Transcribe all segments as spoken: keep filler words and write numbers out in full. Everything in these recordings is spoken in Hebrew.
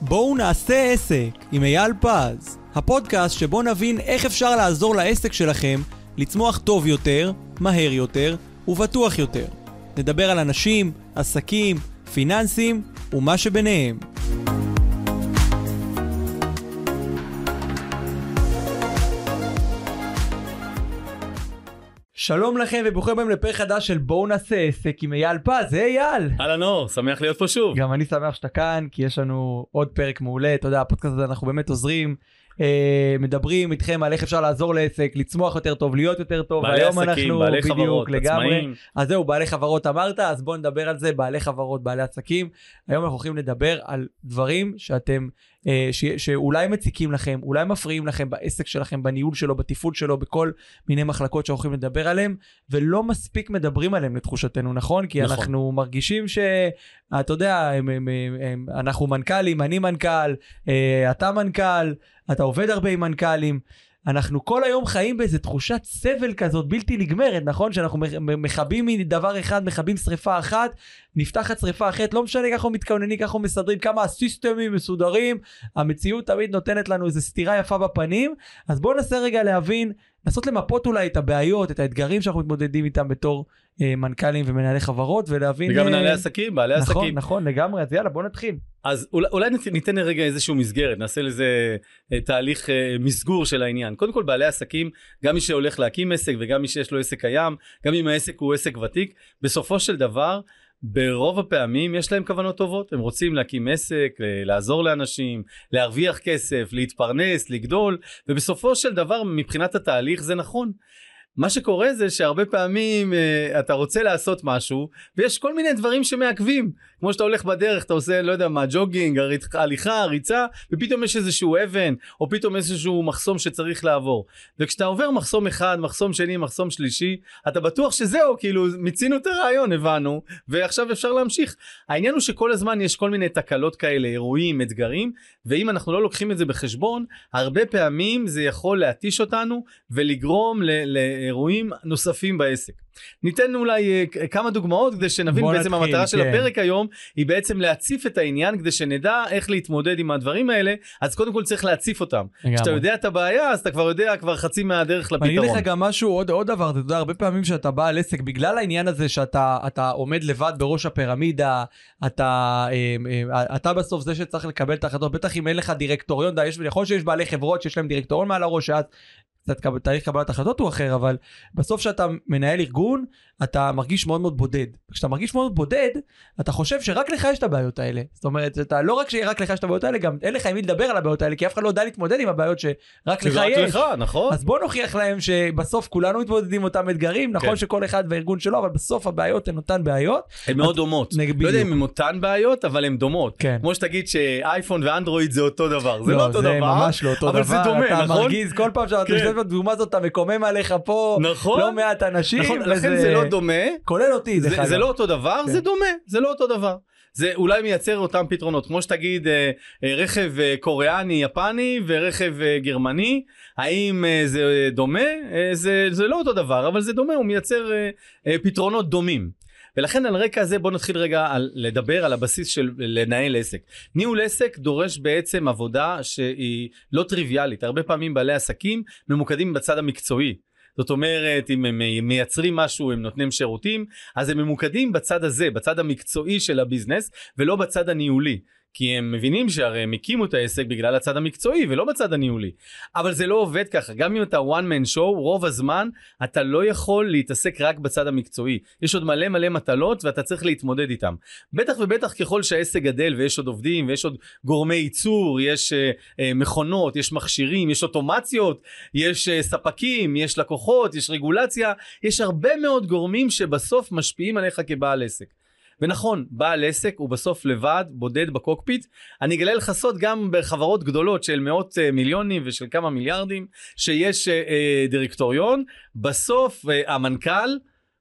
בואו נעשה עסק עם אייל פז, הפודקאסט שבו נבין איך אפשר לעזור לעסק שלכם לצמוח טוב יותר, מהר יותר ובטוח יותר. נדבר על אנשים, עסקים, פיננסים ומה שביניהם. שלום לכם וברוכים הבאים לפרק חדש של בואו נעשה עסק עם אייל פז. היי אייל. אהלן אור, שמח להיות פה שוב. גם אני שמח שאתה כאן, כי יש לנו עוד פרק מעולה. אתה יודע, הפודקאסט הזה אנחנו באמת עוזרים, אה, מדברים איתכם על איך אפשר לעזור לעסק, לצמוח יותר טוב, להיות יותר טוב. בעלי עסקים, בעלי חברות, עצמאים. אז זהו, בעלי חברות אמרת, אז בואו נדבר על זה, בעלי חברות, בעלי עסקים. היום אנחנו הולכים לדבר על דברים שאתם, אה, ש, שאולי מציקים לכם, אולי מפריעים לכם בעסק שלכם, בניהול שלו, בתפעול שלו, בכל מיני מחלקות שאנחנו הולכים לדבר עליהם, ולא מספיק מדברים עליהם לתחושתנו, נכון? כי נכון. אנחנו מרגישים שאתה יודע, הם, הם, הם, אנחנו מנכ"לים, אני מנכ"ל, אה, אתה מנכ"ל, אתה עובד הרבה עם מנכ"לים, אנחנו כל היום חיים באיזו תחושת סבל כזאת בלתי נגמרת, נכון? שאנחנו מחבים מדבר אחד, מחבים שריפה אחת, נפתחת שריפה אחרת, לא משנה ככה מתכוננים, ככה מסדרים, כמה הסיסטמים מסודרים, המציאות תמיד נותנת לנו איזו סתירה יפה בפנים. אז בואו ננסה רגע להבין, לנסות למפות אולי את הבעיות, את האתגרים שאנחנו מתמודדים איתם בתור אה, מנכ"לים ומנהלי חברות, ולהבין... וגם מנהלי עסקים, בעלי נכון, עסקים. נכון, לגמרי, אז יאללה, בואו נתחיל. אז אולי, אולי ניתן רגע איזשהו מסגרת, נעשה לזה אה, תהליך אה, מסגור של העניין. קודם כל, בעלי עסקים, גם מי שהולך להקים עסק וגם מי שיש לו עסק קיים, גם אם העסק הוא עסק ותיק, בסופו של דבר, ברוב הפעמים יש להם כוונות טובות, הם רוצים להקים עסק, לעזור לאנשים, להרוויח כסף, להתפרנס, לגדול, ובסופו של דבר מבחינת התהליך זה נכון. מה שקורה זה שהרבה פעמים uh, אתה רוצה לעשות משהו, ויש כל מיני דברים שמעכבים, כמו שאתה הולך בדרך, אתה עושה, לא יודע מה, ג'וגינג, הליכה, ריצה, ופתאום יש איזשהו אבן, או פתאום איזשהו מחסום שצריך לעבור. וכשאתה עובר מחסום אחד, מחסום שני, מחסום שלישי, אתה בטוח שזהו, כאילו, מצינו את הרעיון, הבנו, ועכשיו אפשר להמשיך. העניין הוא שכל הזמן יש כל מיני תקלות כאלה, אירועים, אתגרים, ואם אנחנו לא לוקחים את זה בחשבון, הרבה פעמים זה יכול להתיש אותנו, ולגרום ל... ל אירועים נוספים בעסק. ניתן אולי כמה דוגמאות כדי שנבין בעצם נתחיל, המטרה כן. של הפרק היום היא בעצם להציף את העניין כדי שנדע איך להתמודד עם הדברים האלה. אז קודם כל צריך להציף אותם. כשאתה יודע את הבעיה אז אתה כבר יודע כבר חצי מהדרך לפתרון. אני אגיד לך גם משהו עוד, עוד דבר, אתה יודע הרבה פעמים שאתה בא על עסק בגלל העניין הזה שאתה אתה עומד לבד בראש הפירמידה, אתה, אתה בסוף זה שצריך לקבל את ההחלטות, בטח אם אין לך דירקטוריון, יכול שיש בעלי חברות שיש להם דירקטוריון מעל הראש שאת תהליך קבלת החלטות הוא אחר, אבל בסוף שאתה מנהל ארגון, אתה מרגיש מאוד מאוד בודד. כשאתה מרגיש מאוד בודד, אתה חושב שרק לך יש את הבעיות האלה. זאת אומרת, אתה לא רק שרק לך יש את הבעיות האלה, גם אין לך עם מי לדבר על הבעיות האלה, כי אף אחד לא יודע להתמודד עם הבעיות שרק לך יש. לך, נכון? אז בוא נוכיח להם שבסוף כולנו מתמודדים אותם אתגרים, נכון שכל אחד והארגון שלו, אבל בסוף הבעיות הן אותן בעיות. הן מאוד דומות. לא יודע אם הן אותן בעיות, אבל הן דומות. כמו שתגיד שאייפון ואנדרואיד זה אותו דבר. זה לא אותו דבר, זה ממש לא אותו דבר. אתה מרגיז כל פעם שאתה חושב בדוגמה הזאת, אתה מקומם עליך פה נכון, לא מעט אנשים. נכון, לכן זה לא דומה. כולל אותי. זה, זה לא אותו דבר, כן. זה דומה, זה לא אותו דבר. זה אולי מייצר אותם פתרונות, כמו שתגיד אה, אה, רכב אה, קוריאני, יפני ורכב אה, גרמני, האם אה, זה דומה? אה, זה, זה לא אותו דבר, אבל זה דומה, הוא מייצר אה, אה, פתרונות דומים. ולכן על רקע הזה בוא נתחיל רגע על, לדבר על הבסיס של לנהל עסק. ניהול עסק דורש בעצם עבודה שהיא לא טריוויאלית. הרבה פעמים בעלי עסקים ממוקדים בצד המקצועי. זאת אומרת, אם הם מייצרים משהו, הם נותנים שירותים, אז הם ממוקדים בצד הזה, בצד המקצועי של הביזנס, ולא בצד הניהולי. כי הם מבינים שהרי הם הקימו את העסק בגלל הצד המקצועי ולא בצד הניהולי. אבל זה לא עובד ככה. גם אם אתה one man show, רוב הזמן אתה לא יכול להתעסק רק בצד המקצועי. יש עוד מלא מלא מטלות ואתה צריך להתמודד איתם. בטח ובטח ככל שהעסק גדל ויש עוד עובדים ויש עוד גורמי ייצור, יש uh, מכונות, יש מכשירים, יש אוטומציות, יש uh, ספקים, יש לקוחות, יש רגולציה. יש הרבה מאוד גורמים שבסוף משפיעים עליך כבעל עסק. ונכון, בעל עסק הוא בסוף לבד, בודד בקוקפיט. אני אגלה לך סוד גם בחברות גדולות של מאות מיליונים ושל כמה מיליארדים, שיש אה, דירקטוריון, בסוף אה, המנכ"ל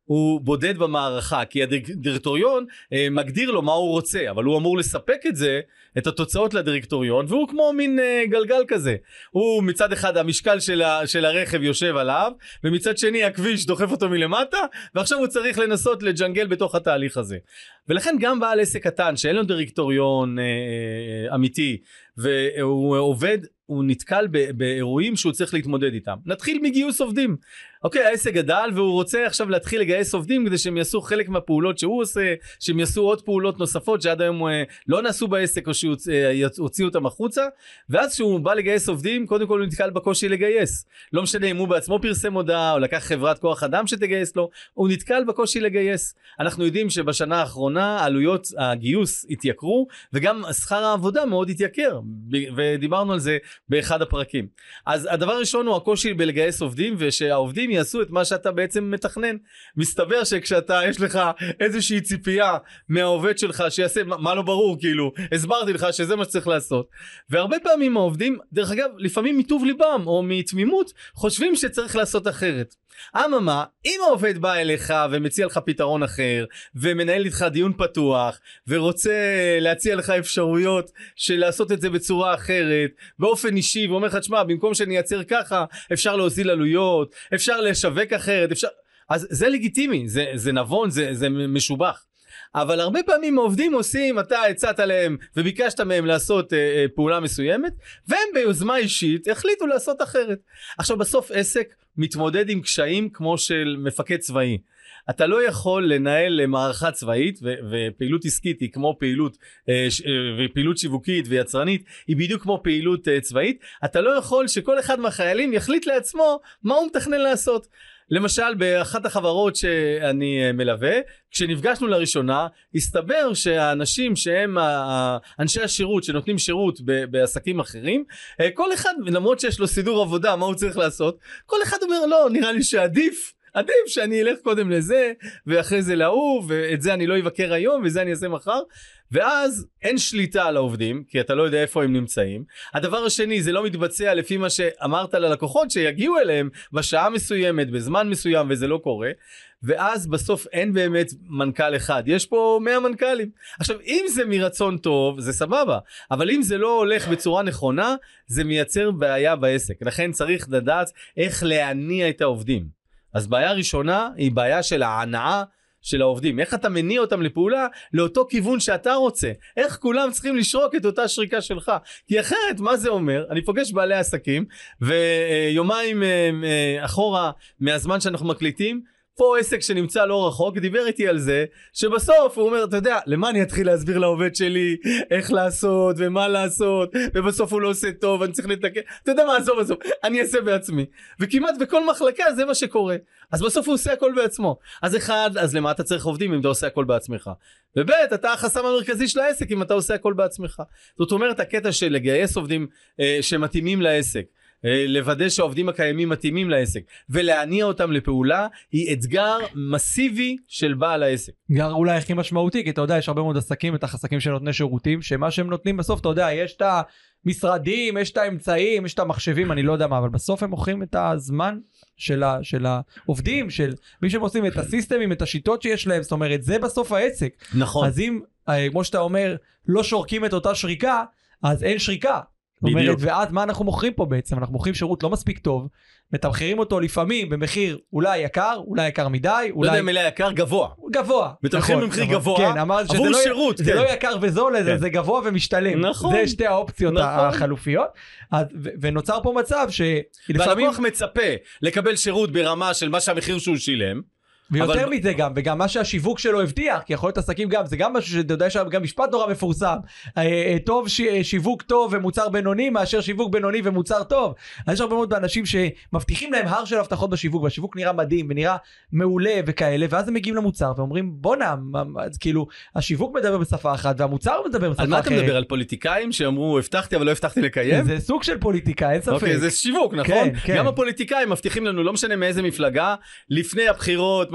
הוא בודד במערכה, כי הדירקטוריון אה, מגדיר לו מה הוא רוצה, אבל הוא אמור לספק את זה, את התוצאות לדירקטוריון, והוא כמו מין אה, גלגל כזה. הוא מצד אחד המשקל של, ה, של הרכב יושב עליו, ומצד שני הכביש דוחף אותו מלמטה, ועכשיו הוא צריך לנסות לג'נגל בתוך התהליך הזה. ולכן גם בעל עסק קטן, שאין לו דירקטוריון אה, אה, אמיתי, והוא עובד, הוא נתקל באירועים שהוא צריך להתמודד איתם. נתחיל מגיוס עובדים. אוקיי, העסק גדל והוא רוצה עכשיו להתחיל לגייס עובדים כדי שהם יעשו חלק מהפעולות שהוא עושה, שהם יעשו עוד פעולות נוספות שעד היום לא נעשו בעסק או שהוציאו אותם החוצה, ואז כשהוא בא לגייס עובדים, קודם כל הוא נתקל בקושי לגייס. לא משנה אם הוא בעצמו פרסם הודעה או לקח חברת כוח אדם שתגייס לו, הוא נתקל בקושי לגייס. אנחנו יודעים שבשנה האחרונה עלויות הגיוס התייקרו, וגם שכר העבודה מאוד התייקר, ודיברנו על זה באחד הפרקים. אז הדבר הראשון הוא הקושי בלגייס עובדים, ושהעובדים יעשו את מה שאתה בעצם מתכנן. מסתבר שכשאתה, יש לך איזושהי ציפייה מהעובד שלך שיעשה, מה לא ברור, כאילו, הסברתי לך שזה מה שצריך לעשות. והרבה פעמים העובדים, דרך אגב, לפעמים מטוב ליבם או מתמימות, חושבים שצריך לעשות אחרת. אממה, אם העובד בא אליך ומציע לך פתרון אחר, ומנהל איתך דיון פתוח, ורוצה להציע לך אפשרויות של לעשות את זה בצורה אחרת, באופן אישי, ואומר לך, תשמע, במקום שנייצר ככה, אפשר להוזיל עלויות, אפשר לשווק אחרת, אפשר... אז זה לגיטימי, זה, זה נבון, זה, זה משובח. אבל הרבה פעמים העובדים עושים, אתה הצעת להם וביקשת מהם לעשות אה, אה, פעולה מסוימת, והם ביוזמה אישית החליטו לעשות אחרת. עכשיו בסוף עסק מתמודד עם קשיים כמו של מפקד צבאי. אתה לא יכול לנהל מערכה צבאית, ו- ופעילות עסקית היא כמו פעילות, אה, ש- ופעילות שיווקית ויצרנית היא בדיוק כמו פעילות אה, צבאית. אתה לא יכול שכל אחד מהחיילים יחליט לעצמו מה הוא מתכנן לעשות. למשל באחת החברות שאני מלווה, כשנפגשנו לראשונה, הסתבר שהאנשים שהם אנשי השירות שנותנים שירות בעסקים אחרים, כל אחד, למרות שיש לו סידור עבודה, מה הוא צריך לעשות? כל אחד אומר, לא, נראה לי שעדיף, עדיף שאני אלך קודם לזה, ואחרי זה להוא, ואת זה אני לא אבקר היום, וזה אני אעשה מחר. ואז אין שליטה על העובדים, כי אתה לא יודע איפה הם נמצאים. הדבר השני, זה לא מתבצע לפי מה שאמרת ללקוחות שיגיעו אליהם בשעה מסוימת, בזמן מסוים, וזה לא קורה. ואז בסוף אין באמת מנכ"ל אחד, יש פה מאה מנכ"לים. עכשיו, אם זה מרצון טוב, זה סבבה, אבל אם זה לא הולך בצורה נכונה, זה מייצר בעיה בעסק. לכן צריך לדעת איך להניע את העובדים. אז בעיה ראשונה היא בעיה של ההנאה של העובדים. איך אתה מניע אותם לפעולה לאותו כיוון שאתה רוצה? איך כולם צריכים לשרוק את אותה שריקה שלך? כי אחרת, מה זה אומר? אני פוגש בעלי עסקים, ויומיים אחורה מהזמן שאנחנו מקליטים, פה עסק שנמצא לא רחוק, דיבר איתי על זה, שבסוף הוא אומר, אתה יודע, למה אני אתחיל להסביר לעובד שלי איך לעשות ומה לעשות, ובסוף הוא לא עושה טוב, אני צריך לתקן, אתה יודע מה, עזוב, עזוב, אני אעשה בעצמי. וכמעט בכל מחלקה זה מה שקורה. אז בסוף הוא עושה הכל בעצמו. אז אחד, אז למה אתה צריך עובדים אם אתה עושה הכל בעצמך? ובית, אתה החסם המרכזי של העסק אם אתה עושה הכל בעצמך. זאת אומרת, הקטע של לגייס עובדים אה, שמתאימים לעסק, לוודא שהעובדים הקיימים מתאימים לעסק ולהניע אותם לפעולה, היא אתגר מסיבי של בעל העסק. אתגר אולי הכי משמעותי, כי אתה יודע, יש הרבה מאוד עסקים, את החסקים שנותני שירותים, שמה שהם נותנים בסוף, אתה יודע, יש את המשרדים, יש את האמצעים, יש את המחשבים, אני לא יודע מה, אבל בסוף הם מוכרים את הזמן של, ה, של העובדים, של מי שהם עושים את הסיסטמים, את השיטות שיש להם, זאת אומרת, זה בסוף העסק. נכון. אז אם, כמו שאתה אומר, לא שורקים את אותה שריקה, אז אין שריקה. אומרת, ואז מה אנחנו מוכרים פה בעצם? אנחנו מוכרים שירות לא מספיק טוב, מתמחרים אותו לפעמים במחיר אולי יקר, אולי יקר מדי, אולי... לא יודע אם אולי יקר, גבוה. גבוה. מתמחרים במחיר גבוה, עבור שירות. זה לא יקר וזול, זה גבוה ומשתלם. נכון. זה שתי האופציות החלופיות. ונוצר פה מצב שלפעמים... והלקוח מצפה לקבל שירות ברמה של מה שהמחיר שהוא שילם, ויותר אבל... מזה גם, וגם מה שהשיווק שלו הבטיח, כי יכול להיות עסקים גם, זה גם משהו שאתה יודע שגם משפט נורא מפורסם, טוב ש... שיווק טוב ומוצר בינוני, מאשר שיווק בינוני ומוצר טוב. אז יש הרבה מאוד באנשים שמבטיחים להם הר של הבטחות בשיווק, והשיווק נראה מדהים ונראה מעולה וכאלה, ואז הם מגיעים למוצר ואומרים, בוא נע, אז כאילו, השיווק מדבר בשפה אחת, והמוצר מדבר בשפה אחרת. על מה אתה מדבר? על פוליטיקאים שאמרו, הבטחתי אבל לא הבטחתי לקיים? זה סוג של פוליטיקה, אין ספק. אוקיי, זה שיווק, נכון? כן, כן. גם הפוליטיקאים מבטיחים לנו, לא משנה מאיזה מפלגה, לפני הבחירות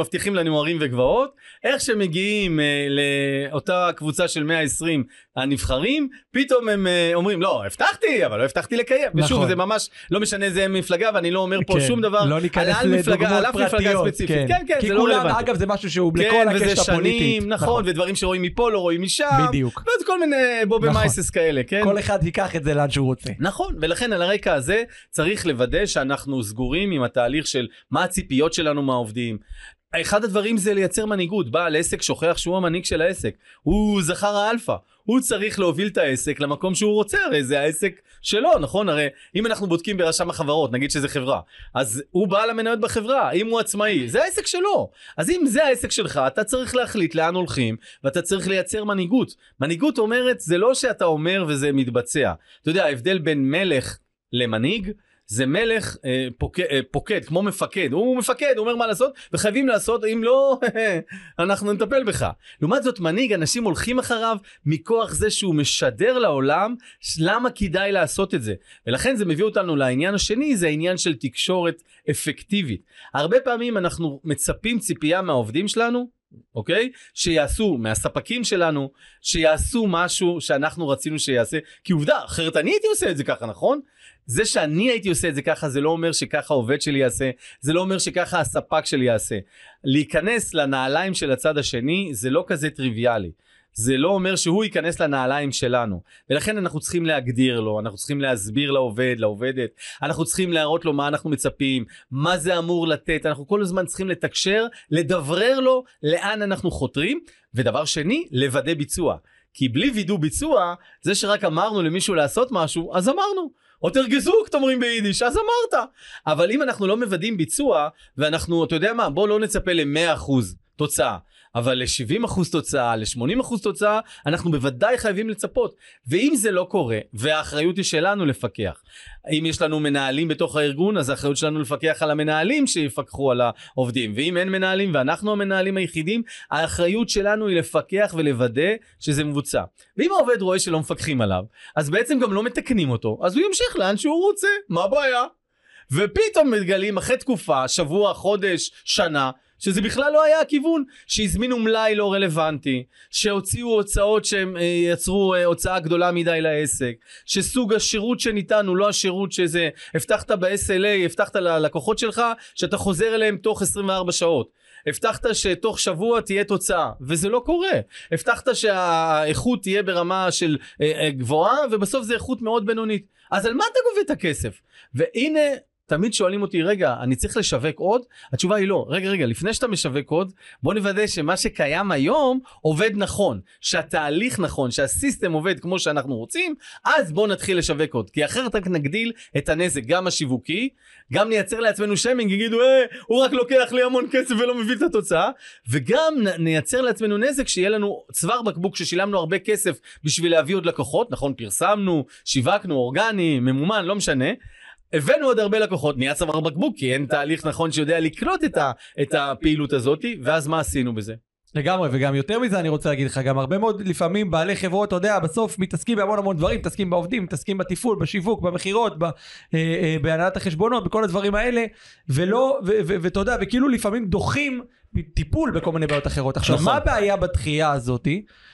מבטיחים לנו הרים וגבעות, איך שמגיעים אה, לאותה קבוצה של מאה ועשרים הנבחרים, פתאום הם אה, אומרים, לא, הבטחתי, אבל לא הבטחתי לקיים. נכון. ושוב, זה ממש לא משנה איזה מפלגה, ואני לא אומר פה כן. שום דבר, לא ניכנס לדוגמאות פרטיות. כן, כן, כן, כי זה כולם, לא אגב, זה משהו שהוא כן, לכל הקשת שנים, הפוליטית. נכון, נכון, ודברים שרואים מפה, לא רואים משם. בדיוק. וזה כל מיני בובי נכון. מייסס כאלה, כן? כל אחד ייקח את זה לאן שהוא רוצה. נכון, ולכן על הרקע הזה צריך לוודא שאנחנו סגורים עם התהליך של מה הציפיות שלנו מהעובדים. אחד הדברים זה לייצר מנהיגות, בעל עסק שוכח שהוא המנהיג של העסק, הוא זכר האלפא, הוא צריך להוביל את העסק למקום שהוא רוצה, הרי זה העסק שלו, נכון? הרי אם אנחנו בודקים ברשם החברות, נגיד שזה חברה, אז הוא בעל המניות בחברה, אם הוא עצמאי, זה העסק שלו. אז אם זה העסק שלך, אתה צריך להחליט לאן הולכים, ואתה צריך לייצר מנהיגות. מנהיגות אומרת, זה לא שאתה אומר וזה מתבצע. אתה יודע, ההבדל בין מלך למנהיג, זה מלך אה, פוקד, אה, פוקד, כמו מפקד, הוא מפקד, הוא אומר מה לעשות, וחייבים לעשות, אם לא, אנחנו נטפל בך. לעומת זאת, מנהיג, אנשים הולכים אחריו, מכוח זה שהוא משדר לעולם, למה כדאי לעשות את זה. ולכן זה מביא אותנו לעניין השני, זה העניין של תקשורת אפקטיבית. הרבה פעמים אנחנו מצפים ציפייה מהעובדים שלנו, אוקיי? שיעשו מהספקים שלנו, שיעשו משהו שאנחנו רצינו שיעשה, כי עובדה, אחרת אני הייתי עושה את זה ככה, נכון? זה שאני הייתי עושה את זה ככה, זה לא אומר שככה העובד שלי יעשה, זה לא אומר שככה הספק שלי יעשה. להיכנס לנעליים של הצד השני, זה לא כזה טריוויאלי. זה לא אומר שהוא ייכנס לנעליים שלנו, ולכן אנחנו צריכים להגדיר לו, אנחנו צריכים להסביר לעובד, לעובדת, אנחנו צריכים להראות לו מה אנחנו מצפים, מה זה אמור לתת, אנחנו כל הזמן צריכים לתקשר, לדברר לו לאן אנחנו חותרים, ודבר שני, לוודא ביצוע, כי בלי וידוא ביצוע, זה שרק אמרנו למישהו לעשות משהו, אז אמרנו, או תרגזו, כת אומרים ביידיש, אז אמרת, אבל אם אנחנו לא מוודאים ביצוע, ואנחנו, אתה יודע מה, בוא לא נצפה ל-מאה אחוז תוצאה, אבל ל-שבעים אחוז תוצאה, ל-שמונים אחוז תוצאה, אנחנו בוודאי חייבים לצפות. ואם זה לא קורה, והאחריות היא שלנו לפקח. אם יש לנו מנהלים בתוך הארגון, אז האחריות שלנו לפקח על המנהלים שיפקחו על העובדים. ואם אין מנהלים ואנחנו המנהלים היחידים, האחריות שלנו היא לפקח ולוודא שזה מבוצע. ואם העובד רואה שלא מפקחים עליו, אז בעצם גם לא מתקנים אותו, אז הוא ימשיך לאן שהוא רוצה. מה הבעיה? ופתאום מתגלים אחרי תקופה, שבוע, חודש, שנה, שזה בכלל לא היה הכיוון, שהזמינו מלאי לא רלוונטי, שהוציאו הוצאות שהם יצרו הוצאה גדולה מדי לעסק, שסוג השירות שניתן הוא לא השירות שזה, הבטחת ב-אס אל איי, הבטחת ללקוחות שלך, שאתה חוזר אליהם תוך עשרים וארבע שעות. הבטחת שתוך שבוע תהיה תוצאה, וזה לא קורה. הבטחת שהאיכות תהיה ברמה של גבוהה, ובסוף זה איכות מאוד בינונית. אז על מה אתה גובה את הכסף? והנה, תמיד שואלים אותי, רגע, אני צריך לשווק עוד? התשובה היא לא. רגע, רגע, לפני שאתה משווק עוד, בוא נוודא שמה שקיים היום עובד נכון, שהתהליך נכון, שהסיסטם עובד כמו שאנחנו רוצים, אז בוא נתחיל לשווק עוד. כי אחרת רק נגדיל את הנזק, גם השיווקי, גם נייצר לעצמנו שיימינג, יגידו, אה, הוא רק לוקח לי המון כסף ולא מביא את התוצאה, וגם נייצר לעצמנו נזק שיהיה לנו צוואר בקבוק ששילמנו הרבה כסף בשביל להביא עוד לקוחות, נכון, פרסמנו, שיווקנו, אורגני, ממומן, לא משנה, הבאנו עוד הרבה לקוחות, נהיה צוואר בקבוק, כי אין תהליך נכון שיודע לקלוט את, ה, את הפעילות הזאת, ואז מה עשינו בזה? לגמרי, וגם יותר מזה אני רוצה להגיד לך, גם הרבה מאוד לפעמים בעלי חברות, אתה יודע, בסוף מתעסקים בהמון המון דברים, מתעסקים בעובדים, מתעסקים בטיפול, בשיווק, במחירות, בהנהלת החשבונות, בכל הדברים האלה, ולא, ואתה יודע, וכאילו לפעמים דוחים טיפול בכל מיני בעיות אחרות. עכשיו, מה הבעיה בתחייה הזאת?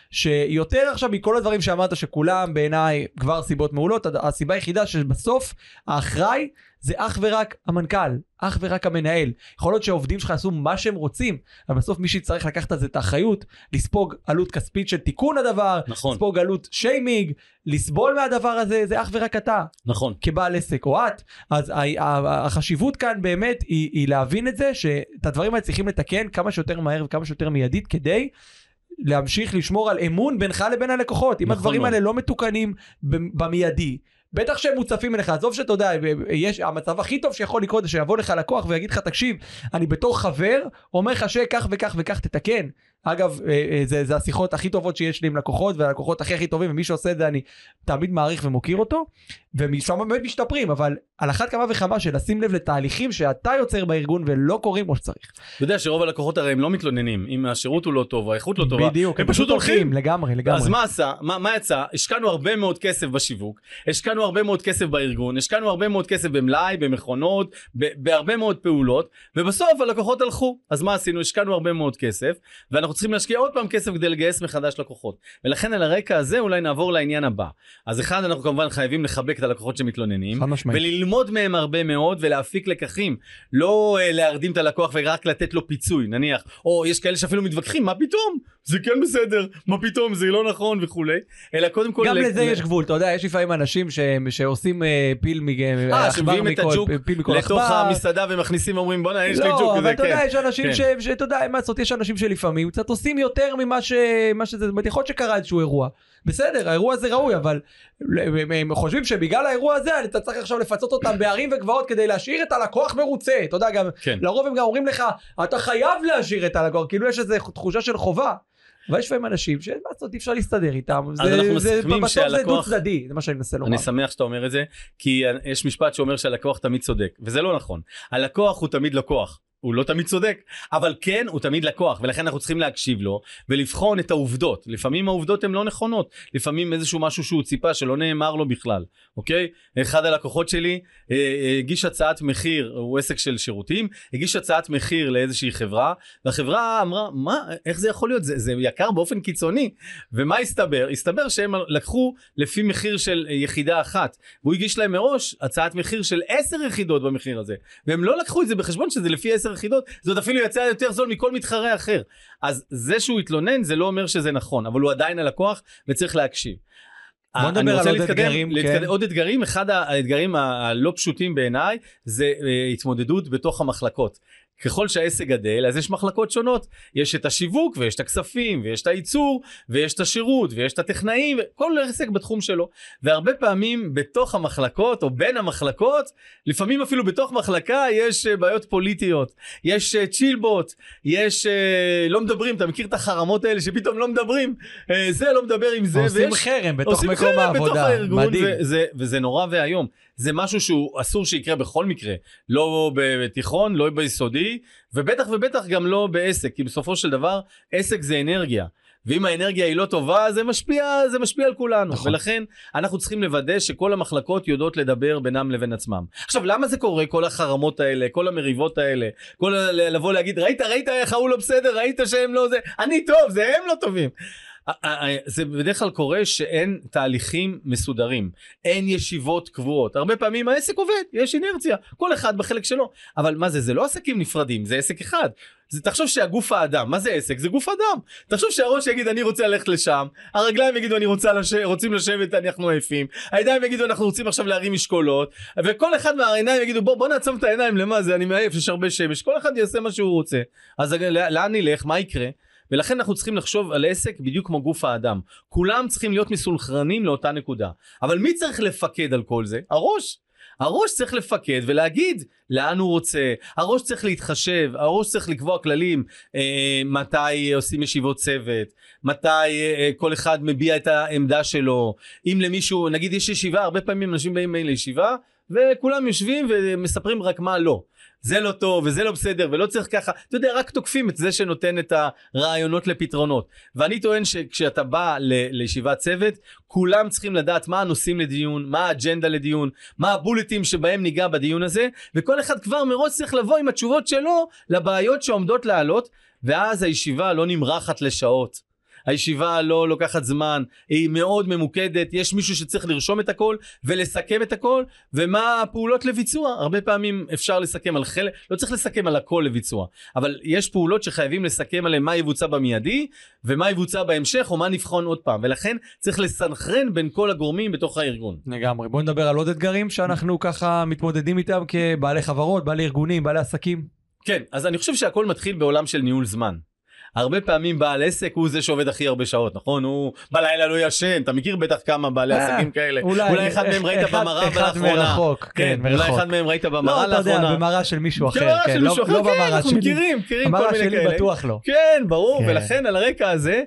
שיותר עכשיו מכל הדברים שאמרת שכולם בעיניי כבר סיבות מעולות, הסיבה היחידה שבסוף האחראי זה אך ורק המנכ"ל, אך ורק המנהל. יכול להיות שהעובדים שלך יעשו מה שהם רוצים, אבל בסוף מי שצריך לקחת את האחריות, לספוג עלות כספית של תיקון הדבר, נכון. לספוג עלות שיימינג, לסבול מהדבר הזה, זה אך ורק אתה. נכון. כבעל עסק או את. אז החשיבות כאן באמת היא, היא להבין את זה, שאת הדברים האלה צריכים לתקן כמה שיותר מהר וכמה שיותר מיידית, כדי להמשיך לשמור על אמון בינך לבין הלקוחות. אם הדברים האלה לא מתוקנים במיידי, בטח שהם מוצפים אליך, עזוב שאתה יודע, יש, המצב הכי טוב שיכול לקרות זה שיבוא לך לקוח ויגיד לך, תקשיב, אני בתור חבר, אומר לך שכך וכך וכך תתקן. אגב, זה, זה השיחות הכי טובות שיש לי עם לקוחות, והלקוחות הכי הכי טובים, ומי שעושה את זה אני תמיד מעריך ומוקיר אותו, ומשם באמת משתפרים, אבל על אחת כמה וכמה שלשים לב לתהליכים שאתה יוצר בארגון ולא קוראים כמו שצריך. אתה יודע שרוב הלקוחות הרי הם לא מתלוננים, אם השירות הוא לא טוב, האיכות לא טובה, בדיוק, הם פשוט הולכים. לגמרי, לגמרי. אז מה עשה? מה, מה יצא? השקענו הרבה מאוד כסף בשיווק, השקענו הרבה מאוד כסף בארגון, השקענו הרבה מאוד כסף במלאי, במכונות, בהרבה מאוד פעולות, ובסוף הלקוחות הלכו. אז מה עשינו? השקענו הרבה מאוד כסף, ואנחנו צריכים להשקיע עוד פעם כסף כדי לגייס מחדש לקוחות. ולכן על הרקע הזה אולי נעבור לעניין הבא. אז אחד, אנחנו כמובן חייבים לחבק את הלקוחות שמתלוננים, וללמוד מהם הרבה מאוד ולהפיק לקחים. לא uh, להרדים את הלקוח ורק לתת לו פיצוי, נניח. או יש כאלה שאפילו מתווכחים, מה פתאום? זה כן בסדר, מה פתאום? זה לא נכון וכולי. אלא קודם כל... גם לזה יש גבול, אתה יודע, יש לפעמים אנשים שעושים פיל מגבר מכל לתוך המסעדה ומכניסים ואומרים בוא נעש לי ג'וק. לא, אבל אתה יודע, יש אנשים שאתה יודע, מה לעשות, יש אנשים שלפעמים קצת עושים יותר ממה שזה, זאת אומרת, יכול להיות שקרה איזשהו אירוע. בסדר, האירוע הזה ראוי, אבל הם חושבים שבגלל האירוע הזה אתה צריך עכשיו לפצות אותם בערים וגבעות כדי להשאיר את הלקוח מרוצה. אתה יודע, גם לרוב הם גם אומרים לך, אתה חייב להשאיר את הלקוח, כאילו יש איזו תחושה של חובה. ויש פעמים אנשים שבאמת אי אפשר להסתדר איתם. אז אנחנו מסכימים שהלקוח... זה דו צדדי, זה מה שאני מנסה לומר. אני שמח שאתה אומר את זה, כי יש משפט שאומר שהלקוח תמיד צודק, וזה לא נכון. הלקוח הוא תמיד לקוח. הוא לא תמיד צודק, אבל כן, הוא תמיד לקוח, ולכן אנחנו צריכים להקשיב לו, ולבחון את העובדות. לפעמים העובדות הן לא נכונות, לפעמים איזשהו משהו שהוא ציפה, שלא נאמר לו בכלל, אוקיי? אחד הלקוחות שלי, אה, הגיש הצעת מחיר, הוא עסק של שירותים, הגיש הצעת מחיר לאיזושהי חברה, והחברה אמרה, מה, איך זה יכול להיות? זה, זה יקר באופן קיצוני. ומה הסתבר? הסתבר שהם לקחו לפי מחיר של יחידה אחת, והוא הגיש להם מראש הצעת מחיר של עשר יחידות במחיר הזה, והם לא לקחו את זה בחשבון שזה לפי עשר יחידות, זאת אפילו יצאה יותר זול מכל מתחרה אחר. אז זה שהוא התלונן, זה לא אומר שזה נכון, אבל הוא עדיין הלקוח וצריך להקשיב. בוא נדבר על עוד אתגרים. להתקדם, עוד אתגרים, אחד האתגרים הלא פשוטים בעיניי, זה התמודדות בתוך המחלקות. ככל שהעסק גדל, אז יש מחלקות שונות. יש את השיווק, ויש את הכספים, ויש את הייצור, ויש את השירות, ויש את הטכנאים, כל עסק בתחום שלו. והרבה פעמים בתוך המחלקות, או בין המחלקות, לפעמים אפילו בתוך מחלקה, יש בעיות פוליטיות, יש צ'ילבוט, יש, לא מדברים, אתה מכיר את החרמות האלה, שפתאום לא מדברים, זה לא מדבר עם זה. עושים ויש, חרם בתוך עושים מקום חרם העבודה, בתוך הארגון, מדהים. וזה, וזה נורא והיום. זה משהו שהוא אסור שיקרה בכל מקרה, לא בתיכון, לא ביסודי, ובטח ובטח גם לא בעסק, כי בסופו של דבר עסק זה אנרגיה, ואם האנרגיה היא לא טובה, זה משפיע, זה משפיע על כולנו, נכון. ולכן אנחנו צריכים לוודא שכל המחלקות יודעות לדבר בינם לבין עצמם. עכשיו, למה זה קורה? כל החרמות האלה, כל המריבות האלה, כל לבוא להגיד, ראית, ראית איך הוא לא בסדר, ראית שהם לא זה, אני טוב, זה הם לא טובים. זה בדרך כלל קורה שאין תהליכים מסודרים, אין ישיבות קבועות, הרבה פעמים העסק עובד, יש אינרציה, כל אחד בחלק שלו, אבל מה זה? זה לא עסקים נפרדים, זה עסק אחד. זה, תחשוב שהגוף האדם, מה זה עסק? זה גוף אדם. תחשוב שהראש יגיד אני רוצה ללכת לשם, הרגליים יגידו אני רוצה לש... רוצים לשבת, אנחנו עייפים, הידיים יגידו אנחנו רוצים עכשיו להרים משקולות, וכל אחד מהעיניים יגידו בוא, בוא נעצום את העיניים, למה זה? אני מעייף, יש הרבה שמש, כל אחד יעשה מה שהוא רוצה. אז לאן נלך? מה יקרה? ולכן אנחנו צריכים לחשוב על עסק בדיוק כמו גוף האדם. כולם צריכים להיות מסונכרנים לאותה נקודה. אבל מי צריך לפקד על כל זה? הראש. הראש צריך לפקד ולהגיד לאן הוא רוצה. הראש צריך להתחשב. הראש צריך לקבוע כללים. אה, מתי עושים ישיבות צוות. מתי אה, כל אחד מביע את העמדה שלו. אם למישהו, נגיד יש ישיבה, הרבה פעמים אנשים באים לישיבה, וכולם יושבים ומספרים רק מה לא. זה לא טוב וזה לא בסדר ולא צריך ככה, אתה יודע, רק תוקפים את זה שנותן את הרעיונות לפתרונות. ואני טוען שכשאתה בא לישיבת צוות, כולם צריכים לדעת מה הנושאים לדיון, מה האג'נדה לדיון, מה הבולטים שבהם ניגע בדיון הזה, וכל אחד כבר מראש צריך לבוא עם התשובות שלו לבעיות שעומדות לעלות, ואז הישיבה לא נמרחת לשעות. הישיבה לא לוקחת זמן, היא מאוד ממוקדת, יש מישהו שצריך לרשום את הכל ולסכם את הכל, ומה הפעולות לביצוע? הרבה פעמים אפשר לסכם על חלק, לא צריך לסכם על הכל לביצוע, אבל יש פעולות שחייבים לסכם עליהן מה יבוצע במיידי, ומה יבוצע בהמשך, או מה נבחון עוד פעם, ולכן צריך לסנכרן בין כל הגורמים בתוך הארגון. לגמרי, בואו נדבר על עוד אתגרים שאנחנו ככה מתמודדים איתם כבעלי חברות, בעלי ארגונים, בעלי עסקים. כן, אז אני חושב שהכל מתחיל בעולם של ניהול זמן. הרבה פעמים בעל עסק הוא זה שעובד הכי הרבה שעות, נכון? הוא בלילה לא ישן, אתה מכיר בטח כמה בעלי עסקים כאלה. אולי אחד מהם ראית במראה לאחרונה. כן, אולי אחד מהם ראית במראה לאחרונה. לא, אתה יודע, במראה של מישהו אחר. לא במראה שלי. מכירים, מכירים כל מיני כאלה. המראה שלי בטוח לא. כן, ברור, ולכן על הרקע הזה,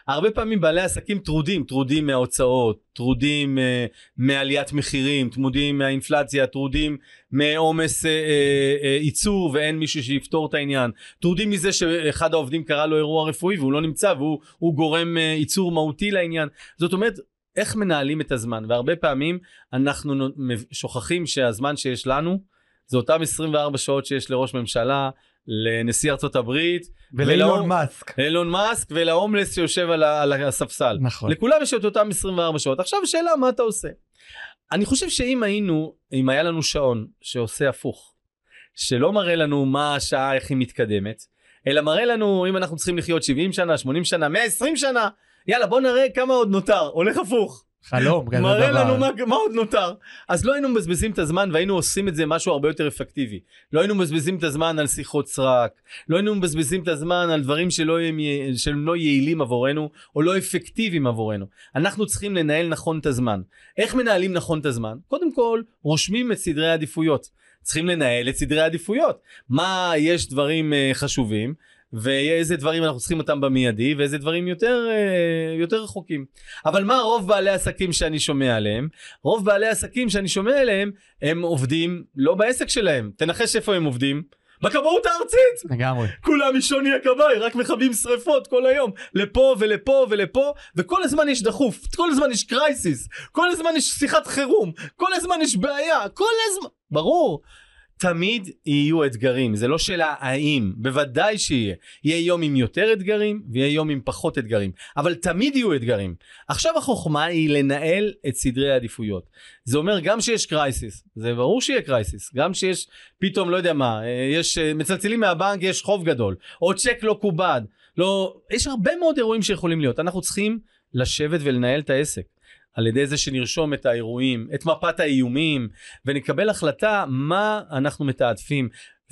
הרבה פעמים בעלי עסקים טרודים, טרודים מההוצאות, טרודים אה, מעליית מחירים, טרודים מהאינפלציה, טרודים מעומס אה, אה, ייצור ואין מישהו שיפתור את העניין, טרודים מזה שאחד העובדים קרא לו אירוע רפואי והוא לא נמצא והוא גורם אה, ייצור מהותי לעניין. זאת אומרת, איך מנהלים את הזמן? והרבה פעמים אנחנו שוכחים שהזמן שיש לנו זה אותם עשרים וארבע שעות שיש לראש ממשלה, לנשיא ארצות הברית, ולאילון מאסק. לאילון מאסק ולהומלס שיושב על, על הספסל. נכון. לכולם יש את אותם עשרים וארבע שעות. עכשיו שאלה, מה אתה עושה? אני חושב שאם היינו, אם היה לנו שעון שעושה הפוך, שלא מראה לנו מה השעה, איך היא מתקדמת, אלא מראה לנו אם אנחנו צריכים לחיות שבעים שנה, שמונים שנה, מאה ועשרים שנה, יאללה בוא נראה כמה עוד נותר, הולך הפוך. חלום, כזה דבר. מראה לנו מה, מה עוד נותר. אז לא היינו מבזבזים את הזמן והיינו עושים את זה משהו הרבה יותר אפקטיבי. לא היינו מבזבזים את הזמן על שיחות סרק, לא היינו מבזבזים את הזמן על דברים שלא, שהם לא יעילים עבורנו או לא אפקטיביים עבורנו. אנחנו צריכים לנהל נכון את הזמן. איך מנהלים נכון את הזמן? קודם כל, רושמים את סדרי העדיפויות. צריכים לנהל את סדרי העדיפויות. מה יש דברים uh, חשובים, ואיזה דברים אנחנו צריכים אותם במיידי, ואיזה דברים יותר, יותר רחוקים. אבל מה רוב בעלי עסקים שאני שומע עליהם? רוב בעלי עסקים שאני שומע עליהם, הם עובדים לא בעסק שלהם. תנחש איפה הם עובדים? בכבאות הארצית! לגמרי. כולם אישוני הכבאי, רק מכבים שריפות כל היום. לפה ולפה ולפה, וכל הזמן יש דחוף, כל הזמן יש קרייסיס, כל הזמן יש שיחת חירום, כל הזמן יש בעיה, כל הזמן... ברור. תמיד יהיו אתגרים, זה לא שאלה האם, בוודאי שיהיה. יהיה יום עם יותר אתגרים, ויהיה יום עם פחות אתגרים. אבל תמיד יהיו אתגרים. עכשיו החוכמה היא לנהל את סדרי העדיפויות. זה אומר גם שיש קרייסיס, זה ברור שיהיה קרייסיס. גם שיש פתאום, לא יודע מה, יש מצלצלים מהבנק, יש חוב גדול, או צ'ק לא קובד. לא, יש הרבה מאוד אירועים שיכולים להיות. אנחנו צריכים לשבת ולנהל את העסק. על ידי זה שנרשום את האירועים, את מפת האיומים, ונקבל החלטה מה אנחנו מתעדפים,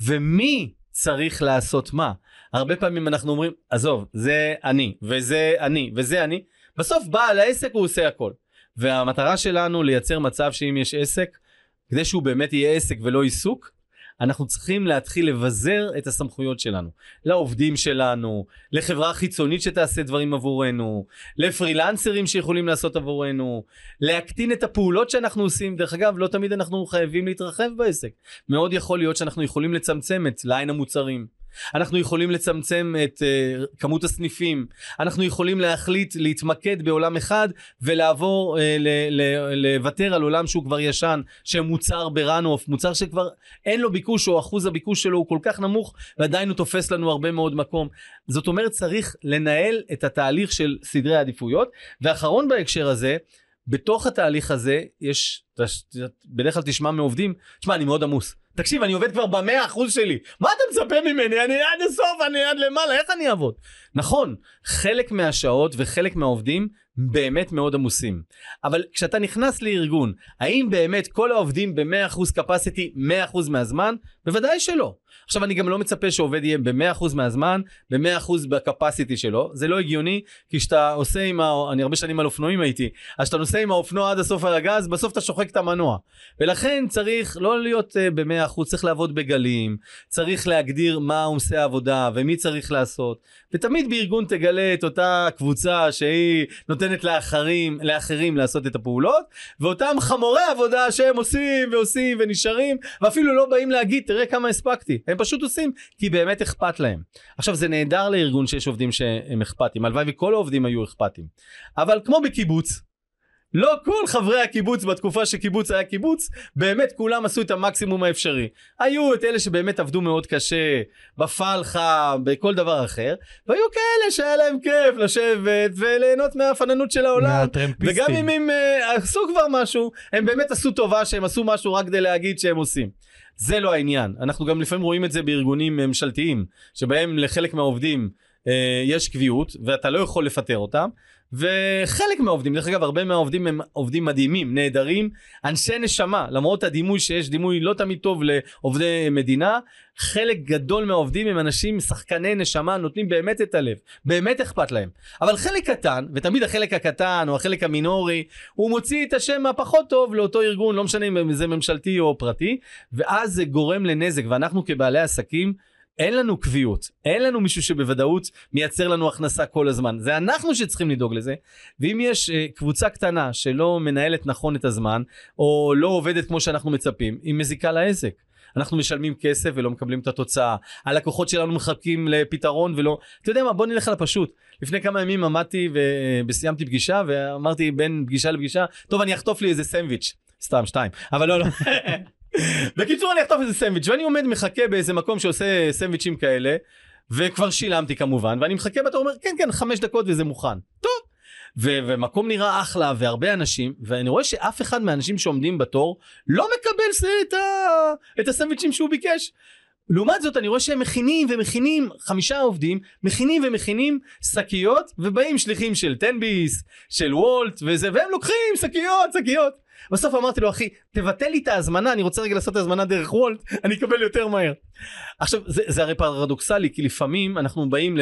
ומי צריך לעשות מה. הרבה פעמים אנחנו אומרים, עזוב, זה אני, וזה אני, וזה אני. בסוף בעל העסק הוא עושה הכל. והמטרה שלנו לייצר מצב שאם יש עסק, כדי שהוא באמת יהיה עסק ולא עיסוק, אנחנו צריכים להתחיל לבזר את הסמכויות שלנו. לעובדים שלנו, לחברה חיצונית שתעשה דברים עבורנו, לפרילנסרים שיכולים לעשות עבורנו, להקטין את הפעולות שאנחנו עושים. דרך אגב, לא תמיד אנחנו חייבים להתרחב בעסק. מאוד יכול להיות שאנחנו יכולים לצמצם את ליין המוצרים. אנחנו יכולים לצמצם את uh, כמות הסניפים, אנחנו יכולים להחליט להתמקד בעולם אחד ולעבור uh, לוותר על עולם שהוא כבר ישן, שמוצר ברנוף, מוצר שכבר אין לו ביקוש או אחוז הביקוש שלו הוא כל כך נמוך ועדיין הוא תופס לנו הרבה מאוד מקום. זאת אומרת צריך לנהל את התהליך של סדרי העדיפויות. ואחרון בהקשר הזה, בתוך התהליך הזה יש, בדרך כלל תשמע מעובדים, תשמע אני מאוד עמוס, תקשיב אני עובד כבר במאה אחוז שלי, מה אתה מצפה ממני, אני עד הסוף, אני עד למעלה, איך אני אעבוד? נכון, חלק מהשעות וחלק מהעובדים באמת מאוד עמוסים, אבל כשאתה נכנס לארגון, האם באמת כל העובדים ב-מאה אחוז capacity מאה אחוז מהזמן? בוודאי שלא. עכשיו אני גם לא מצפה שעובד יהיה ב-מאה אחוז מהזמן, ב-מאה אחוז בקפסיטי שלו, זה לא הגיוני, כי שאתה עושה עם, ה... אני הרבה שנים על אופנועים הייתי, אז שאתה נוסע עם האופנוע עד הסוף על הגז, בסוף אתה שוחק את המנוע, ולכן צריך לא להיות uh, ב-מאה אחוז, צריך לעבוד בגלים, צריך להגדיר מה עושה העבודה, ומי צריך לעשות, ותמיד בארגון תגלה את אותה קבוצה שהיא נותנת לאחרים, לאחרים לעשות את הפעולות, ואותם חמורי עבודה שהם עושים ועושים ונשארים, ואפילו לא באים להגיד, תראה כמה הספקתי, הם פשוט עושים, כי באמת אכפת להם. עכשיו זה נהדר לארגון שיש עובדים שהם אכפתים, הלוואי וכל העובדים היו אכפתים, אבל כמו בקיבוץ, לא כל חברי הקיבוץ בתקופה שקיבוץ היה קיבוץ, באמת כולם עשו את המקסימום האפשרי. היו את אלה שבאמת עבדו מאוד קשה, בפלחה, בכל דבר אחר, והיו כאלה שהיה להם כיף לשבת וליהנות מהפננות של העולם, וגם אם הם uh, עשו כבר משהו, הם באמת עשו טובה שהם עשו משהו רק כדי להגיד שהם עושים. זה לא העניין. אנחנו גם לפעמים רואים את זה בארגונים ממשלתיים, שבהם לחלק מהעובדים uh, יש קביעות, ואתה לא יכול לפטר אותם, וחלק מהעובדים, דרך אגב, הרבה מהעובדים הם עובדים מדהימים, נהדרים, אנשי נשמה, למרות הדימוי שיש דימוי לא תמיד טוב לעובדי מדינה, חלק גדול מהעובדים הם אנשים שחקני נשמה, נותנים באמת את הלב, באמת אכפת להם. אבל חלק קטן, ותמיד החלק הקטן או החלק המינורי, הוא מוציא את השם הפחות טוב לאותו ארגון, לא משנה אם זה ממשלתי או פרטי, ואז זה גורם לנזק, ואנחנו כבעלי עסקים, אין לנו קביעות, אין לנו מישהו שבוודאות מייצר לנו הכנסה כל הזמן, זה אנחנו שצריכים לדאוג לזה, ואם יש uh, קבוצה קטנה שלא מנהלת נכון את הזמן, או לא עובדת כמו שאנחנו מצפים, היא מזיקה לעסק. אנחנו משלמים כסף ולא מקבלים את התוצאה, הלקוחות שלנו מחכים לפתרון ולא, אתה יודע מה, בוא נלך על הפשוט. לפני כמה ימים עמדתי וסיימתי פגישה, ואמרתי בין פגישה לפגישה, טוב אני אחטוף לי איזה סנדוויץ', סתם שתיים, אבל לא לא. בקיצור אני אחטוף איזה סנדוויץ', ואני עומד מחכה באיזה מקום שעושה סנדוויצ'ים כאלה, וכבר שילמתי כמובן, ואני מחכה בתור, אומר כן כן חמש דקות וזה מוכן, טוב. ו- ומקום נראה אחלה והרבה אנשים, ואני רואה שאף אחד מהאנשים שעומדים בתור לא מקבל את, ה- את הסנדוויצ'ים שהוא ביקש. לעומת זאת אני רואה שהם מכינים ומכינים, חמישה עובדים מכינים ומכינים שקיות, ובאים שליחים של טנביס, של וולט וזה, והם לוקחים שקיות, שקיות. בסוף אמרתי לו אחי תבטל לי את ההזמנה, אני רוצה רגע לעשות את ההזמנה דרך וולט, אני אקבל יותר מהר. עכשיו זה, זה הרי פרדוקסלי, כי לפעמים אנחנו באים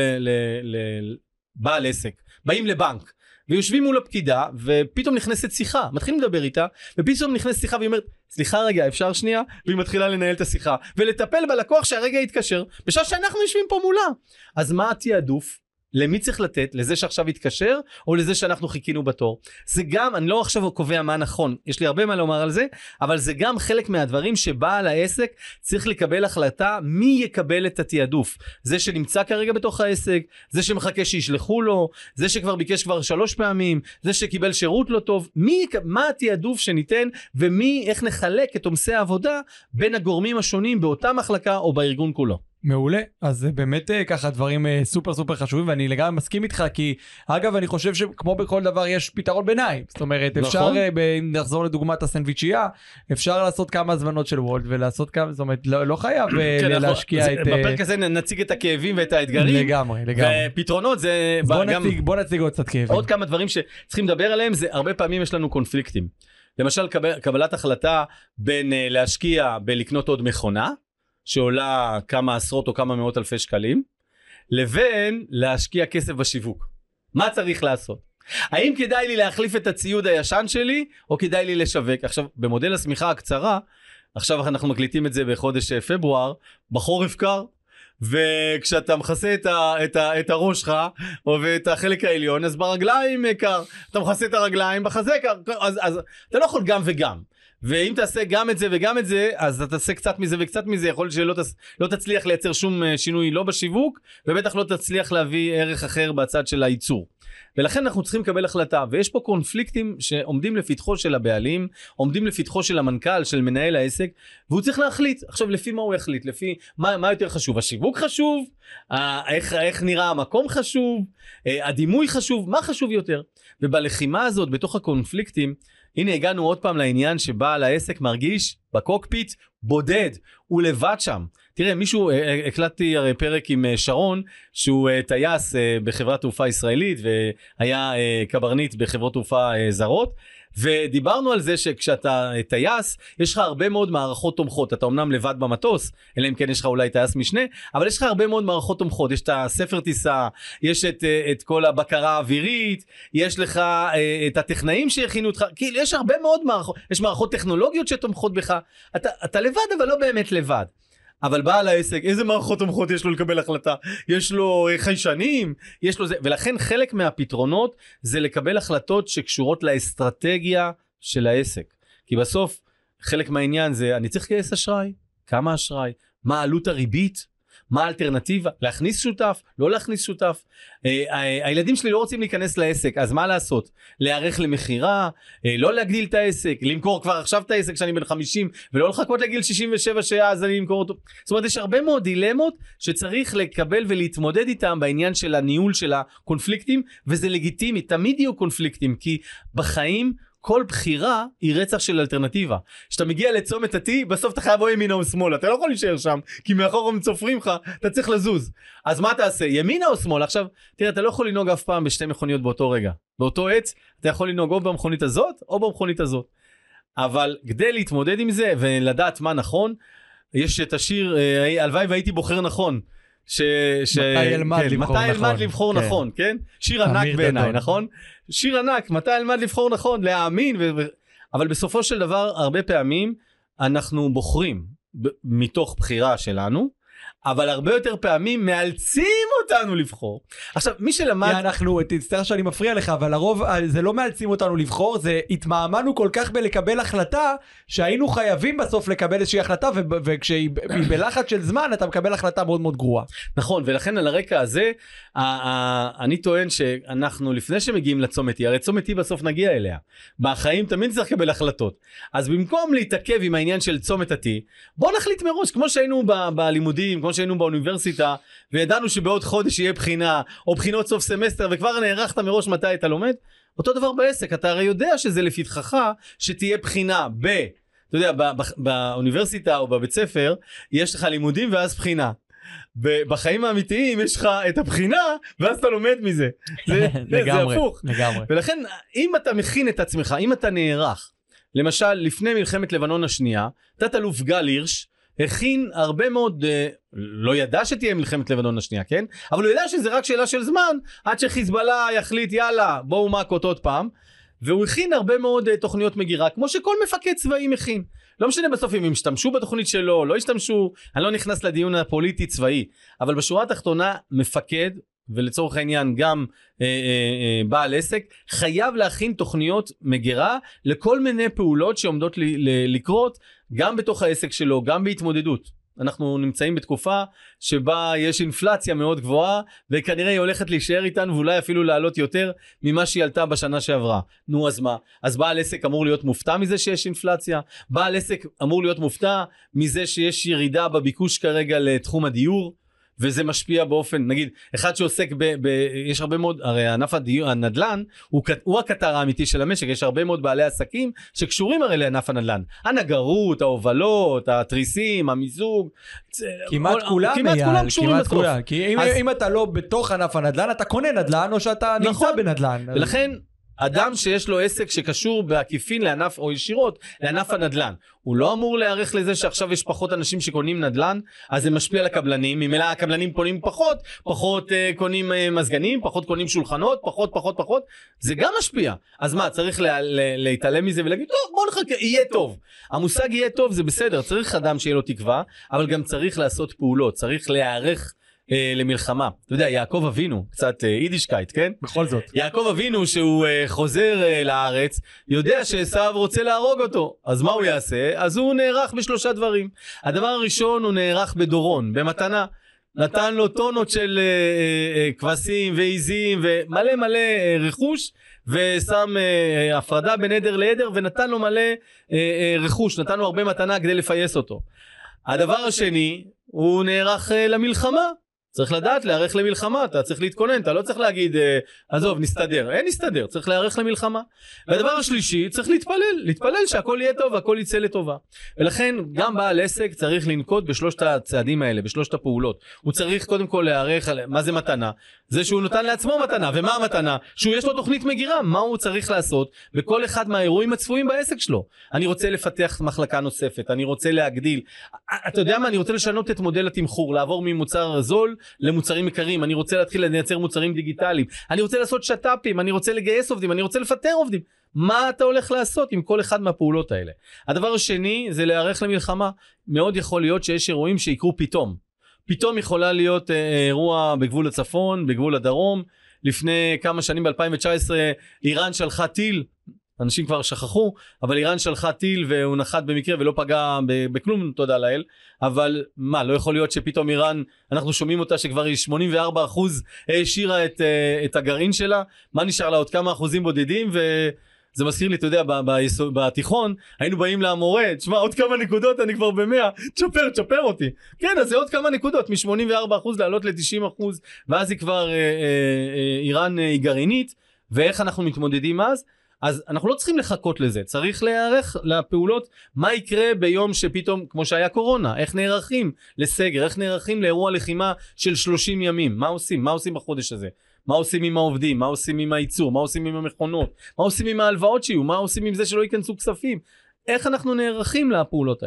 לבעל עסק, באים לבנק, ויושבים מול הפקידה, ופתאום נכנסת שיחה, מתחילים לדבר איתה, ופתאום נכנסת שיחה, והיא אומרת, סליחה רגע, אפשר שנייה? והיא מתחילה לנהל את השיחה, ולטפל בלקוח שהרגע יתקשר, בשעה שאנחנו יושבים פה מולה. אז מה התיעדוף? למי צריך לתת? לזה שעכשיו יתקשר, או לזה שאנחנו חיכינו בתור? זה גם, אני לא עכשיו קובע מה נכון, יש לי הרבה מה לומר על זה, אבל זה גם חלק מהדברים שבעל העסק צריך לקבל החלטה, מי יקבל את התיעדוף. זה שנמצא כרגע בתוך העסק, זה שמחכה שישלחו לו, זה שכבר ביקש כבר שלוש פעמים, זה שקיבל שירות לא טוב, מי, מה התיעדוף שניתן, ומי, איך נחלק את עומסי העבודה, בין הגורמים השונים באותה מחלקה או בארגון כולו. מעולה, אז באמת ככה דברים סופר סופר חשובים, ואני לגמרי מסכים איתך, כי אגב אני חושב שכמו בכל דבר יש פתרון ביניים, זאת אומרת אפשר, אם נחזור לדוגמת הסנדוויצ'ייה, אפשר לעשות כמה הזמנות של וולט, ולעשות כמה, זאת אומרת לא חייב להשקיע את... בפרק הזה נציג את הכאבים ואת האתגרים, לגמרי, לגמרי. ופתרונות זה... בוא נציג עוד קצת כאבים. עוד כמה דברים שצריכים לדבר עליהם, זה הרבה פעמים יש לנו קונפליקטים. למשל קבלת החלטה בין להשקיע בלקנות עוד מכונה, שעולה כמה עשרות או כמה מאות אלפי שקלים, לבין להשקיע כסף בשיווק. מה צריך לעשות? האם כדאי לי להחליף את הציוד הישן שלי, או כדאי לי לשווק? עכשיו, במודל הסמיכה הקצרה, עכשיו אנחנו מקליטים את זה בחודש פברואר, בחורף קר, וכשאתה מכסה את, ה, את, ה, את הראש שלך, או את החלק העליון, אז ברגליים קר, אתה מכסה את הרגליים, בחזה קר, אז, אז אתה לא יכול גם וגם. ואם תעשה גם את זה וגם את זה, אז אתה תעשה קצת מזה וקצת מזה, יכול להיות שלא תצ... לא תצליח לייצר שום שינוי לא בשיווק, ובטח לא תצליח להביא ערך אחר בצד של הייצור. ולכן אנחנו צריכים לקבל החלטה, ויש פה קונפליקטים שעומדים לפתחו של הבעלים, עומדים לפתחו של המנכ"ל, של מנהל העסק, והוא צריך להחליט. עכשיו לפי מה הוא יחליט? לפי מה, מה יותר חשוב? השיווק חשוב? איך, איך נראה המקום חשוב? הדימוי חשוב? מה חשוב יותר? ובלחימה הזאת, בתוך הקונפליקטים, הנה הגענו עוד פעם לעניין שבעל העסק מרגיש בקוקפיט בודד, הוא לבד שם. תראה, מישהו, הקלטתי הרי פרק עם שרון, שהוא טייס בחברת תעופה ישראלית, והיה קברניט בחברות תעופה זרות, ודיברנו על זה שכשאתה טייס, יש לך הרבה מאוד מערכות תומכות, אתה אמנם לבד במטוס, אלא אם כן יש לך אולי טייס משנה, אבל יש לך הרבה מאוד מערכות תומכות, יש את הספר טיסה, יש את, את כל הבקרה האווירית, יש לך את הטכנאים שהכינו אותך, כאילו יש הרבה מאוד מערכות, יש מערכות טכנולוגיות שתומכות בך, אתה, אתה לבד אבל לא באמת לבד. אבל בעל העסק, איזה מערכות תומכות יש לו לקבל החלטה? יש לו חיישנים, יש לו זה, ולכן חלק מהפתרונות זה לקבל החלטות שקשורות לאסטרטגיה של העסק. כי בסוף חלק מהעניין זה, אני צריך לגייס אשראי, כמה אשראי, מה עלות הריבית, מה האלטרנטיבה, להכניס שותף, לא להכניס שותף. הילדים שלי לא רוצים להיכנס לעסק, אז מה לעשות? להיערך למחירה, לא להגדיל את העסק, למכור כבר עכשיו את העסק שאני בן חמישים, ולא לחכות לגיל שישים ושבע שאז אני אמכור אותו. זאת אומרת, יש הרבה מאוד דילמות שצריך לקבל ולהתמודד איתם בעניין של הניהול של הקונפליקטים, וזה לגיטימי, תמיד יהיו קונפליקטים, כי בחיים כל בחירה היא רצח של אלטרנטיבה. כשאתה מגיע לצומת עתי, בסוף אתה חייב או ימינה או שמאלה, אתה לא יכול להישאר שם, כי מאחור הם צופרים לך, אתה צריך לזוז. אז מה תעשה? ימינה או שמאלה? עכשיו, תראה, אתה לא יכול לנהוג אף פעם בשתי מכוניות באותו רגע. באותו עץ, אתה יכול לנהוג או במכונית הזאת, או במכונית הזאת. אבל כדי להתמודד עם זה, ולדעת מה נכון, יש את השיר, הלוואי והייתי בוחר נכון. ש... ש... מתי אלמד כן, לבחור מתי נכון. מתי אלמד לבחור כן. נכון, כן? שיר ענק בעיניי, נכון? שיר ענק, מתי אלמד לבחור נכון, להאמין, ו... אבל בסופו של דבר, הרבה פעמים, אנחנו בוחרים ב... מתוך בחירה שלנו, אבל הרבה יותר פעמים מאלצים אותנו לבחור. עכשיו, מי שלמד... אנחנו, תצטער שאני מפריע לך, אבל לרוב זה לא מאלצים אותנו לבחור, זה התמהמנו כל כך בלקבל החלטה, שהיינו חייבים בסוף לקבל איזושהי החלטה, וכשהיא בלחץ של זמן, אתה מקבל החלטה מאוד מאוד גרועה. נכון, ולכן על הרקע הזה, אני טוען שאנחנו לפני שמגיעים לצומת T, הרי צומת T בסוף נגיע אליה. בחיים תמיד צריך לקבל החלטות. אז במקום להתעכב עם העניין של צומת ה-T, בוא נחליט מראש, כמו שהיינו בלימודים, כמו שהיינו באוניברסיטה, וידענו שבעוד חודש יהיה בחינה, או בחינות סוף סמסטר, וכבר נערכת מראש מתי אתה לומד, אותו דבר בעסק, אתה הרי יודע שזה לפתחך, שתהיה בחינה ב... אתה יודע, באוניברסיטה או בבית ספר, יש לך לימודים ואז בחינה. בחיים האמיתיים יש לך את הבחינה, ואז אתה לומד מזה. זה, לגמרי, זה הפוך. לגמרי. ולכן, אם אתה מכין את עצמך, אם אתה נערך, למשל, לפני מלחמת לבנון השנייה, תת-אלוף גל הירש, הכין הרבה מאוד, לא ידע שתהיה מלחמת לבנון השנייה, כן? אבל הוא ידע שזה רק שאלה של זמן, עד שחיזבאללה יחליט, יאללה, בואו מכות עוד פעם, והוא הכין הרבה מאוד תוכניות מגירה, כמו שכל מפקד צבאי מכין. לא משנה בסוף אם הם השתמשו בתוכנית שלו, לא השתמשו, אני לא נכנס לדיון הפוליטי צבאי, אבל בשורה התחתונה, מפקד, ולצורך העניין גם אה, אה, אה, בעל עסק, חייב להכין תוכניות מגירה, לכל מיני פעולות שעומדות ל- ל- לקרות, גם בתוך העסק שלו, גם בהתמודדות. אנחנו נמצאים בתקופה שבה יש אינפלציה מאוד גבוהה, וכנראה היא הולכת להישאר איתנו, ואולי אפילו לעלות יותר ממה שהיא עלתה בשנה שעברה. נו, אז מה? אז בעל עסק אמור להיות מופתע מזה שיש אינפלציה? בעל עסק אמור להיות מופתע מזה שיש ירידה בביקוש כרגע לתחום הדיור? וזה משפיע באופן, נגיד, אחד שעוסק ב... ב יש הרבה מאוד, הרי ענף הדיור, הנדלן, הוא, הוא הקטר האמיתי של המשק, יש הרבה מאוד בעלי עסקים שקשורים הרי לענף הנדלן. הנגרות, ההובלות, התריסים, המיזוג. כמעט כולם, כמעט אייל, כולם קשורים כמעט בסוף. כולם. כי אם, אז... אם אתה לא בתוך ענף הנדלן, אתה קונה נדלן, או שאתה נכון. נמצא בנדלן. ולכן... אדם שיש לו עסק שקשור בעקיפין לענף או ישירות לענף הנדלן, הוא לא אמור להיערך לזה שעכשיו יש פחות אנשים שקונים נדלן, אז זה משפיע על הקבלנים, ממילא הקבלנים קונים פחות, פחות uh, קונים uh, מזגנים, פחות קונים שולחנות, פחות פחות פחות, זה גם משפיע. אז מה, צריך לה, לה, להתעלם מזה ולהגיד, טוב, בוא נחכה, יהיה טוב. המושג יהיה טוב זה בסדר, צריך אדם שיהיה לו תקווה, אבל גם צריך לעשות פעולות, צריך להיערך למלחמה. אתה יודע, יעקב אבינו, קצת יידישקייט, כן? בכל זאת. יעקב אבינו שהוא חוזר לארץ, יודע שעשיו רוצה להרוג אותו. אז מה הוא יעשה? אז הוא נערך בשלושה דברים. הדבר הראשון, הוא נערך בדורון, במתנה. נתן לו טונות של כבשים ועיזים ומלא מלא רכוש, ושם הפרדה בין עדר לעדר, ונתן לו מלא רכוש, נתן לו הרבה מתנה כדי לפייס אותו. הדבר השני, הוא נערך למלחמה. צריך לדעת להיערך למלחמה, אתה צריך להתכונן, אתה לא צריך להגיד, עזוב, נסתדר, אין נסתדר, צריך להיערך למלחמה. והדבר השלישי, צריך להתפלל, להתפלל שהכל יהיה טוב והכל יצא לטובה. ולכן גם בעל עסק צריך לנקוט בשלושת הצעדים האלה, בשלושת הפעולות. הוא צריך קודם כל להיערך, מה זה מתנה? זה שהוא נותן לעצמו מתנה, ומה המתנה? שהוא יש לו תוכנית מגירה, מה הוא צריך לעשות בכל אחד מהאירועים הצפויים בעסק שלו. אני רוצה לפתח מחלקה נוספת, אני רוצה להגדיל. אתה יודע מה? אני רוצה לשנות את מודל התמחור, לעבור ממוצר זול למוצרים יקרים, אני רוצה להתחיל לייצר מוצרים דיגיטליים, אני רוצה לעשות שטאפים, אני רוצה לגייס עובדים, אני רוצה לפטר עובדים. מה אתה הולך לעשות עם כל אחד מהפעולות האלה? הדבר השני זה להיערך למלחמה. מאוד יכול להיות שיש אירועים שיקרו פתאום. פתאום יכולה להיות אה, אירוע בגבול הצפון, בגבול הדרום. לפני כמה שנים ב-אלפיים תשע עשרה איראן שלחה טיל, אנשים כבר שכחו, אבל איראן שלחה טיל והוא נחת במקרה ולא פגע בכלום, תודה לאל. אבל מה, לא יכול להיות שפתאום איראן, אנחנו שומעים אותה שכבר שמונים וארבעה אחוז השאירה את, את הגרעין שלה, מה נשאר לה? עוד כמה אחוזים בודדים, וזה מזכיר לי, אתה יודע, בתיכון, היינו באים למורה, תשמע, עוד כמה נקודות, אני כבר במאה, תשפר, תשפר אותי. כן, אז זה עוד כמה נקודות, מ-שמונים וארבעה אחוז לעלות ל-תשעים אחוז, ואז היא כבר, אה, אה, איראן היא גרעינית, ואיך אנחנו מתמודדים אז? אז אנחנו לא צריכים לחכות לזה, צריך להיערך לפעולות, מה יקרה ביום שפתאום, כמו שהיה קורונה, איך נערכים לסגר, איך נערכים לאירוע לחימה של שלושים ימים, מה עושים, מה עושים בחודש הזה, מה עושים עם העובדים, מה עושים עם הייצור, מה עושים עם המכונות, מה עושים עם ההלוואות שיהיו, מה עושים עם זה שלא ייכנסו כספים, איך אנחנו נערכים לפעולות האלה.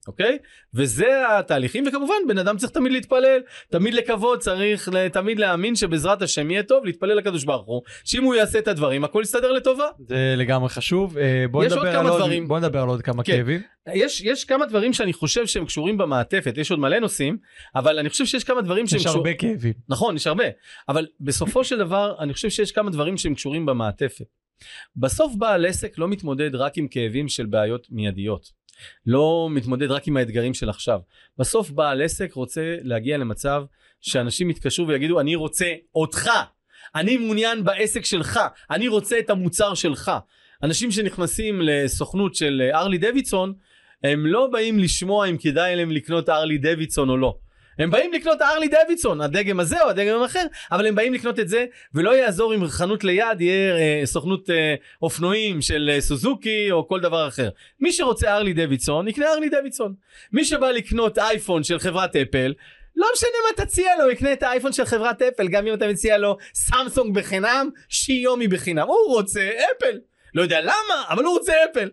אוקיי? וזה התהליכים, וכמובן בן אדם צריך תמיד להתפלל, תמיד לקוות, צריך תמיד להאמין שבעזרת השם יהיה טוב, להתפלל לקדוש ברוך הוא, שאם הוא יעשה את הדברים, הכל יסתדר לטובה. זה לגמרי חשוב. בוא נדבר על עוד, בוא נדבר על עוד כמה כאבים. יש, יש כמה דברים שאני חושב שהם קשורים במעטפת, יש עוד מלא נושאים, אבל אני חושב שיש כמה דברים שהם יש הרבה כאבים. נכון, יש הרבה, אבל בסופו של דבר, אני חושב שיש כמה דברים שהם קשורים במעטפת. בסוף בעל עסק לא מתמודד רק עם כאבים של בעיות מיידיות. לא מתמודד רק עם האתגרים של עכשיו. בסוף בעל עסק רוצה להגיע למצב שאנשים יתקשרו ויגידו, אני רוצה אותך, אני מעוניין בעסק שלך, אני רוצה את המוצר שלך. אנשים שנכנסים לסוכנות של ארלי דוידסון, הם לא באים לשמוע אם כדאי להם לקנות ארלי דוידסון או לא. הם באים לקנות ארלי דוידסון, הדגם הזה או הדגם האחר, אבל הם באים לקנות את זה, ולא יעזור אם חנות ליד יהיה אה, סוכנות אה, אופנועים של אה, סוזוקי או כל דבר אחר. מי שרוצה ארלי דוידסון, יקנה ארלי דוידסון. מי שבא לקנות אייפון של חברת אפל, לא משנה מה תציע לו, יקנה את האייפון של חברת אפל, גם אם אתה מציע לו סמסונג בחינם, שיומי בחינם. הוא רוצה אפל. לא יודע למה, אבל הוא רוצה אפל.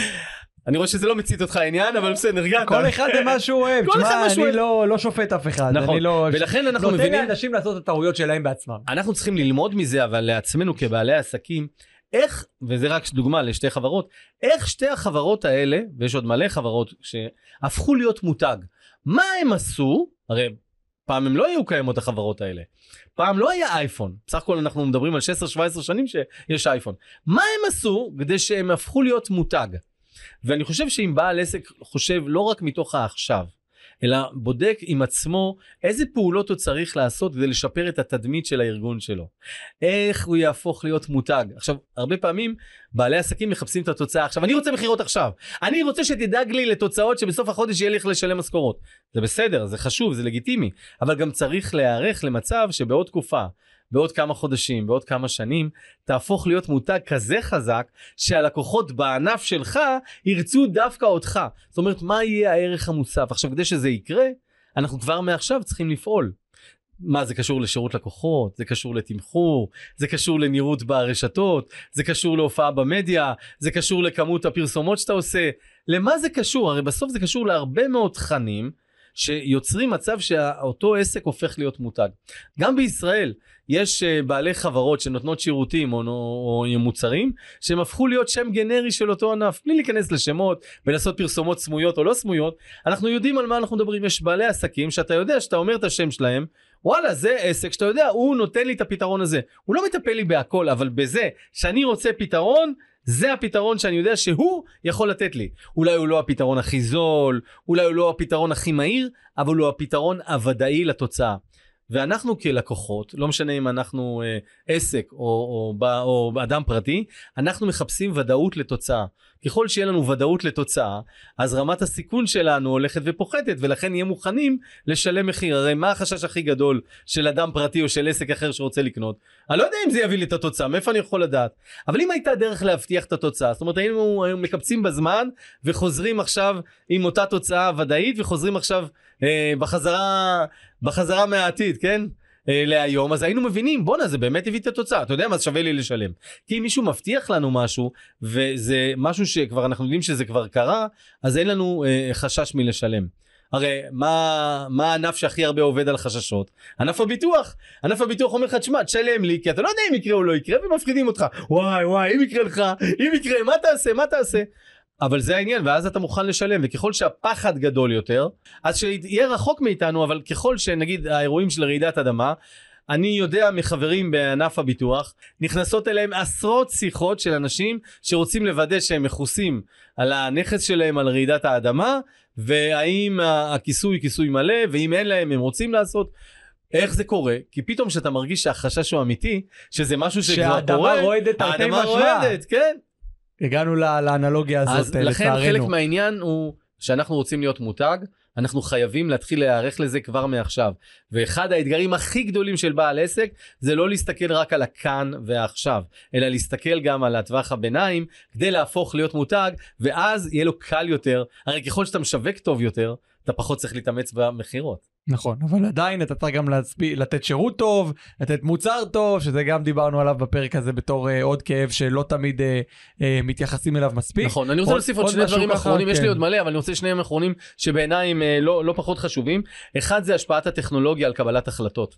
אני רואה שזה לא מצית אותך העניין, אבל בסדר, נרגעת. כל אחד זה מה שהוא אוהב. תשמע, אני לא שופט אף אחד. נכון, ולכן אנחנו מבינים... נותן לאנשים לעשות את הטעויות שלהם בעצמם. אנחנו צריכים ללמוד מזה, אבל לעצמנו כבעלי עסקים, איך, וזה רק דוגמה לשתי חברות, איך שתי החברות האלה, ויש עוד מלא חברות שהפכו להיות מותג. מה הם עשו? הרי פעם הם לא היו קיימות החברות האלה. פעם לא היה אייפון. בסך הכל אנחנו מדברים על שש עשרה שבע עשרה שנים שיש אייפון. מה הם עשו כדי שהם הפכו להיות מותג? ואני חושב שאם בעל עסק חושב לא רק מתוך העכשיו, אלא בודק עם עצמו איזה פעולות הוא צריך לעשות כדי לשפר את התדמית של הארגון שלו. איך הוא יהפוך להיות מותג. עכשיו, הרבה פעמים בעלי עסקים מחפשים את התוצאה. עכשיו, אני רוצה מחירות עכשיו. אני רוצה שתדאג לי לתוצאות שבסוף החודש יהיה לי איך לשלם משכורות. זה בסדר, זה חשוב, זה לגיטימי. אבל גם צריך להיערך למצב שבעוד תקופה, בעוד כמה חודשים, בעוד כמה שנים, תהפוך להיות מותג כזה חזק, שהלקוחות בענף שלך ירצו דווקא אותך. זאת אומרת, מה יהיה הערך המוסף? עכשיו, כדי שזה יקרה, אנחנו כבר מעכשיו צריכים לפעול. מה, זה קשור לשירות לקוחות, זה קשור לתמחור, זה קשור לנראות ברשתות, זה קשור להופעה במדיה, זה קשור לכמות הפרסומות שאתה עושה. למה זה קשור? הרי בסוף זה קשור להרבה מאוד תכנים, שיוצרים מצב שאותו עסק הופך להיות מותג. גם בישראל יש בעלי חברות שנותנות שירותים או, או, או מוצרים שהם הפכו להיות שם גנרי של אותו ענף, בלי להיכנס לשמות ולעשות פרסומות סמויות או לא סמויות. אנחנו יודעים על מה אנחנו מדברים. יש בעלי עסקים שאתה יודע שאתה אומר את השם שלהם, וואלה, זה עסק שאתה יודע, הוא נותן לי את הפתרון הזה. הוא לא מטפל לי בהכל, אבל בזה שאני רוצה פתרון, זה הפתרון שאני יודע שהוא יכול לתת לי. אולי הוא לא הפתרון הכי זול, אולי הוא לא הפתרון הכי מהיר, אבל הוא הפתרון הוודאי לתוצאה. ואנחנו כלקוחות, לא משנה אם אנחנו אה, עסק או, או, או, או אדם פרטי, אנחנו מחפשים ודאות לתוצאה. ככל שיהיה לנו ודאות לתוצאה, אז רמת הסיכון שלנו הולכת ופוחתת, ולכן נהיה מוכנים לשלם מחיר. הרי מה החשש הכי גדול של אדם פרטי או של עסק אחר שרוצה לקנות? אני לא יודע אם זה יביא לי את התוצאה, מאיפה אני יכול לדעת? אבל אם הייתה דרך להבטיח את התוצאה, זאת אומרת, היינו מקבצים בזמן, וחוזרים עכשיו עם אותה תוצאה ודאית, וחוזרים עכשיו אה, בחזרה, בחזרה מהעתיד, כן? להיום, אז היינו מבינים, בונה, זה באמת הביא את התוצאה, אתה יודע מה, שווה לי לשלם. כי אם מישהו מבטיח לנו משהו, וזה משהו שכבר אנחנו יודעים שזה כבר קרה, אז אין לנו אה, חשש מלשלם. הרי מה, מה הענף שהכי הרבה עובד על חששות? ענף הביטוח. ענף הביטוח אומר לך, תשמע, תשלם לי, כי אתה לא יודע אם יקרה או לא יקרה, ומפחידים אותך. וואי, וואי, אם יקרה לך, אם יקרה, מה תעשה, מה תעשה? אבל זה העניין, ואז אתה מוכן לשלם, וככל שהפחד גדול יותר, אז שיהיה רחוק מאיתנו, אבל ככל שנגיד האירועים של רעידת אדמה, אני יודע מחברים בענף הביטוח, נכנסות אליהם עשרות שיחות של אנשים שרוצים לוודא שהם מכוסים על הנכס שלהם על רעידת האדמה, והאם הכיסוי כיסוי מלא, ואם אין להם הם רוצים לעשות. איך זה קורה? כי פתאום שאתה מרגיש שהחשש הוא אמיתי, שזה משהו שכבר קורה, שהאדמה רועדת, האדמה רועדת, כן. הגענו לאנלוגיה הזאת. אז לכן חלק מהעניין הוא שאנחנו רוצים להיות מותג, אנחנו חייבים להתחיל להיערך לזה כבר מעכשיו. ואחד האתגרים הכי גדולים של בעל עסק, זה לא להסתכל רק על הכאן והעכשיו, אלא להסתכל גם על הטווח הביניים, כדי להפוך להיות מותג, ואז יהיה לו קל יותר. הרי ככל שאתה משווק טוב יותר, אתה פחות צריך להתאמץ במחירות. נכון, אבל עדיין אתה צריך גם להספיק, לתת שירות טוב, לתת מוצר טוב, שזה גם דיברנו עליו בפרק הזה בתור uh, עוד כאב שלא תמיד uh, uh, מתייחסים אליו מספיק. נכון, אני רוצה להוסיף עוד שני דברים אחרונים, יש לי עוד מלא, אבל אני רוצה שניהם אחרונים שבעיניי הם uh, לא, לא פחות חשובים. אחד זה השפעת הטכנולוגיה על קבלת החלטות.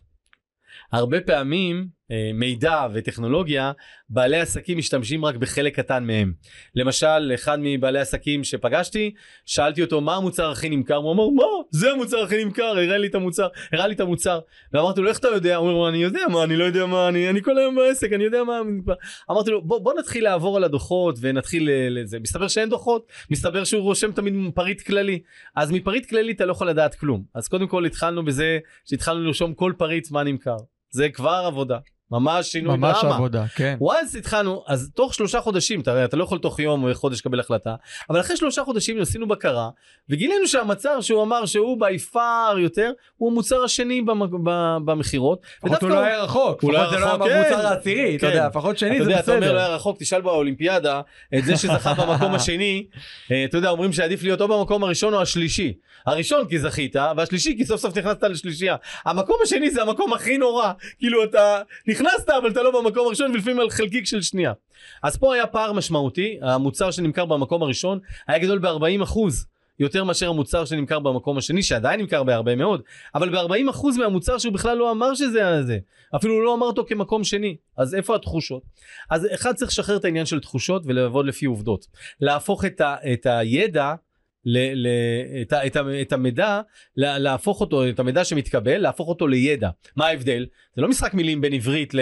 הרבה פעמים מידע וטכנולוגיה, בעלי עסקים משתמשים רק בחלק קטן מהם. למשל, אחד מבעלי עסקים שפגשתי, שאלתי אותו מה המוצר הכי נמכר, הוא אמר, מה? זה המוצר הכי נמכר, הראה לי את המוצר, הראה לי את המוצר. ואמרתי לו, איך אתה יודע? הוא אומר, אני יודע מה, אני לא יודע מה, אני, אני כל היום בעסק, אני יודע מה. אמרתי לו, בוא, בוא נתחיל לעבור על הדוחות ונתחיל לזה. מסתבר שאין דוחות, מסתבר שהוא רושם תמיד פריט כללי. אז מפריט כללי אתה לא יכול לדעת כלום. אז קודם כל התחלנו בזה, שהתחלנו לרשום כל פריט מה נמכר. זה כבר עבודה. ממש שינוי דרמה. ממש עבודה, כן. ואז התחלנו, אז תוך שלושה חודשים, אתה, אתה לא יכול תוך יום או חודש לקבל החלטה, אבל אחרי שלושה חודשים עשינו בקרה, וגילינו שהמצר שהוא אמר שהוא ביפר יותר, הוא המוצר השני במחירות. לפחות הוא לא היה רחוק, לפחות זה לא היה במוצר העשירי, אתה יודע, לפחות שני זה בסדר. אתה אומר לא היה רחוק, תשאל באולימפיאדה, את זה שזכה במקום השני, אתה יודע, אומרים שעדיף להיות או במקום הראשון או השלישי. הראשון כי זכית, והשלישי כי סוף סוף נכנסת לשלישייה. המקום השני זה המקום הכי נורא, כאילו אתה נכנסת אבל אתה לא במקום הראשון ולפעמים על חלקיק של שנייה. אז פה היה פער משמעותי, המוצר שנמכר במקום הראשון היה גדול ב-ארבעים אחוז יותר מאשר המוצר שנמכר במקום השני, שעדיין נמכר בהרבה מאוד, אבל ב-ארבעים אחוז מהמוצר שהוא בכלל לא אמר שזה זה, אפילו לא אמר אותו כמקום שני. אז איפה התחושות? אז אחד צריך לשחרר את העניין של תחושות ולעבוד לפי עובדות, להפוך את, ה, את הידע ל, ל, את, ה, את, ה, את המידע, להפוך אותו, את המידע שמתקבל, להפוך אותו לידע. מה ההבדל? זה לא משחק מילים בין עברית ל,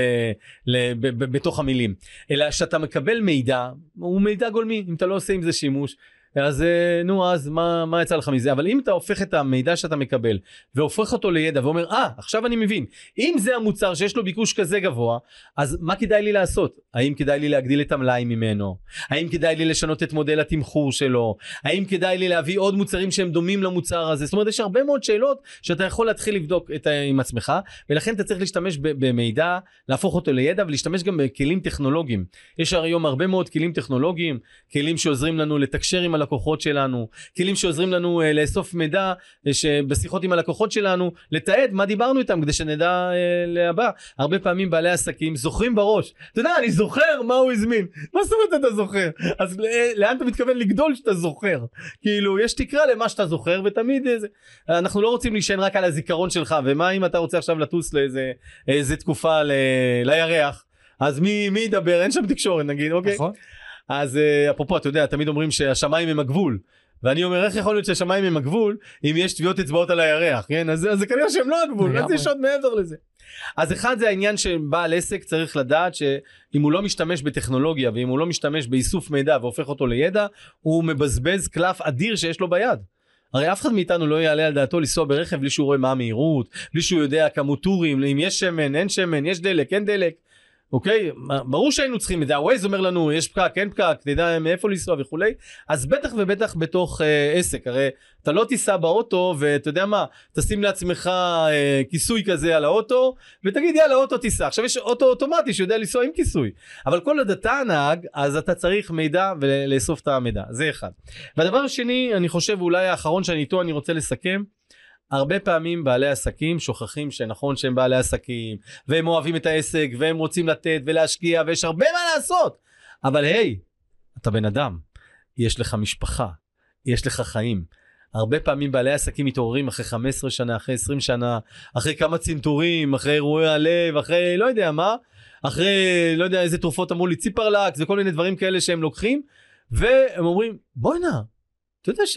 ל, ב, ב, בתוך המילים, אלא שאתה מקבל מידע, הוא מידע גולמי, אם אתה לא עושה עם זה שימוש, אז נו, אז מה, מה יצא לך מזה? אבל אם אתה הופך את המידע שאתה מקבל והופך אותו לידע ואומר, אה, עכשיו אני מבין, אם זה המוצר שיש לו ביקוש כזה גבוה, אז מה כדאי לי לעשות? האם כדאי לי להגדיל את המלאי ממנו? האם כדאי לי לשנות את מודל התמחור שלו? האם כדאי לי להביא עוד מוצרים שהם דומים למוצר הזה? זאת אומרת, יש הרבה מאוד שאלות שאתה יכול להתחיל לבדוק את, עם עצמך, ולכן אתה צריך להשתמש במידע, להפוך אותו לידע, ולהשתמש גם בכלים טכנולוגיים. יש היום הרבה מאוד כלים טכנולוגיים, כלים שעוזרים לנו לתקשר עם הלקוחות שלנו, כלים שעוזרים לנו uh, לאסוף מידע, uh, שבשיחות עם הלקוחות שלנו, לתעד מה דיברנו איתם, כדי שנדע uh, להבא. הרבה פעמים בעלי עסקים זוכרים בראש. אתה יודע, אני זוכר מה הוא הזמין. מה זאת אומרת אתה זוכר? אז לאן אתה מתכוון לגדול שאתה זוכר? כאילו, יש תקרה למה שאתה זוכר, ותמיד איזה... אנחנו לא רוצים להישען רק על הזיכרון שלך, ומה אם אתה רוצה עכשיו לטוס לאיזה איזה תקופה ל... לירח? אז מי, מי ידבר? אין שם תקשורת, נגיד, אוקיי? נכון. אז אפרופו, אתה יודע, תמיד אומרים שהשמיים הם הגבול, ואני אומר, איך יכול להיות שהשמיים הם הגבול, אם יש טביעות אצבעות על הירח, כן? אז, אז זה כנראה שהם לא הגבול, אז יש עוד מעבר לזה. אז אחד זה העניין שבעל עסק צריך לדעת שאם הוא לא משתמש בטכנולוגיה, ואם הוא לא משתמש באיסוף מידע והופך אותו לידע, הוא מבזבז קלף אדיר שיש לו ביד. הרי אף אחד מאיתנו לא יעלה על דעתו לנסוע ברכב בלי שהוא רואה מה המהירות, בלי שהוא יודע כמות טורים, אם יש שמן, אין שמן, יש דלק, אין דלק. אוקיי, ברור שהיינו צריכים את זה, הווייז אומר לנו יש פקק, אין פקק, תדע מאיפה לנסוע וכולי, אז בטח ובטח בתוך אה, עסק, הרי אתה לא תיסע באוטו ואתה יודע מה, תשים לעצמך אה, כיסוי כזה על האוטו ותגיד יאללה אוטו תיסע, עכשיו יש אוטו אוטומטי שיודע לנסוע עם כיסוי, אבל כל עוד אתה נהג אז אתה צריך מידע ולאסוף את המידע, זה אחד. והדבר השני, אני חושב אולי האחרון שאני איתו אני רוצה לסכם, הרבה פעמים בעלי עסקים שוכחים שנכון שהם בעלי עסקים, והם אוהבים את העסק, והם רוצים לתת ולהשקיע, ויש הרבה מה לעשות. אבל היי, אתה בן אדם, יש לך משפחה, יש לך חיים. הרבה פעמים בעלי עסקים מתעוררים אחרי חמש עשרה שנה, אחרי עשרים שנה, אחרי כמה צנתורים, אחרי אירועי הלב, אחרי לא יודע מה, אחרי לא יודע איזה תרופות אמרו לי, ציפרלקס, וכל מיני דברים כאלה שהם לוקחים, והם אומרים, בואי נע. אתה יודע ש...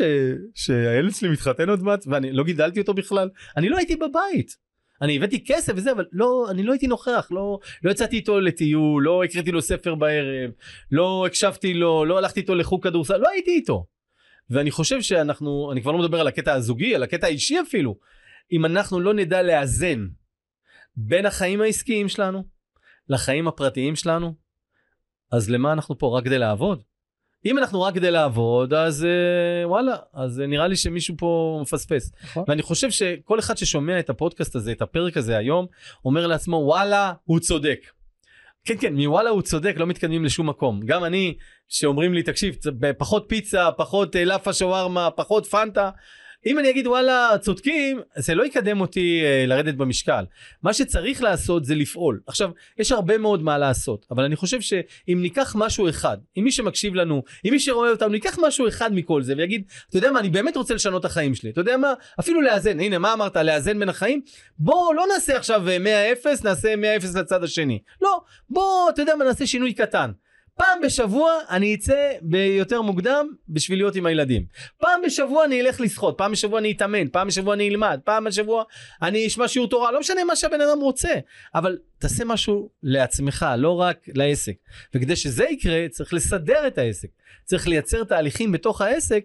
שהילד שלי מתחתן עוד מעט, ואני לא גידלתי אותו בכלל, אני לא הייתי בבית, אני הבאתי כסף וזה, אבל לא, אני לא הייתי נוכח, לא, לא יצאתי איתו לטיול, לא הקראתי לו ספר בערב, לא הקשבתי לו, לא הלכתי איתו לחוג כדורסל, לא הייתי איתו. ואני חושב שאנחנו, אני כבר לא מדבר על הקטע הזוגי, על הקטע האישי אפילו, אם אנחנו לא נדע לאזן בין החיים העסקיים שלנו, לחיים הפרטיים שלנו, אז למה אנחנו פה? רק כדי לעבוד? אם אנחנו רק כדי לעבוד, אז אה, וואלה, אז נראה לי שמישהו פה מפספס. נכון. ואני חושב שכל אחד ששומע את הפודקאסט הזה, את הפרק הזה היום, אומר לעצמו, וואלה, הוא צודק. כן, כן, מוואלה הוא צודק, לא מתקדמים לשום מקום. גם אני, שאומרים לי, תקשיב, פחות פיצה, פחות לאפה שווארמה, פחות פנטה, אם אני אגיד וואלה צודקים, זה לא יקדם אותי uh, לרדת במשקל. מה שצריך לעשות זה לפעול. עכשיו, יש הרבה מאוד מה לעשות, אבל אני חושב שאם ניקח משהו אחד, אם מי שמקשיב לנו, אם מי שרואה אותנו, ניקח משהו אחד מכל זה, ויגיד, אתה יודע מה, אני באמת רוצה לשנות את החיים שלי. אתה יודע מה, אפילו לאזן, הנה, מה אמרת, לאזן בין החיים? בוא, לא נעשה עכשיו מאה אפס, נעשה מאה אפס לצד השני. לא, בוא, אתה יודע מה, נעשה שינוי קטן. פעם בשבוע אני אצא ביותר מוקדם בשביל להיות עם הילדים. פעם בשבוע אני אלך לשחות, פעם בשבוע אני אתאמן, פעם בשבוע אני אלמד, פעם בשבוע אני אשמע שיעור תורה, לא משנה מה שהבן אדם רוצה, אבל תעשה משהו לעצמך, לא רק לעסק. וכדי שזה יקרה, צריך לסדר את העסק. צריך לייצר תהליכים בתוך העסק,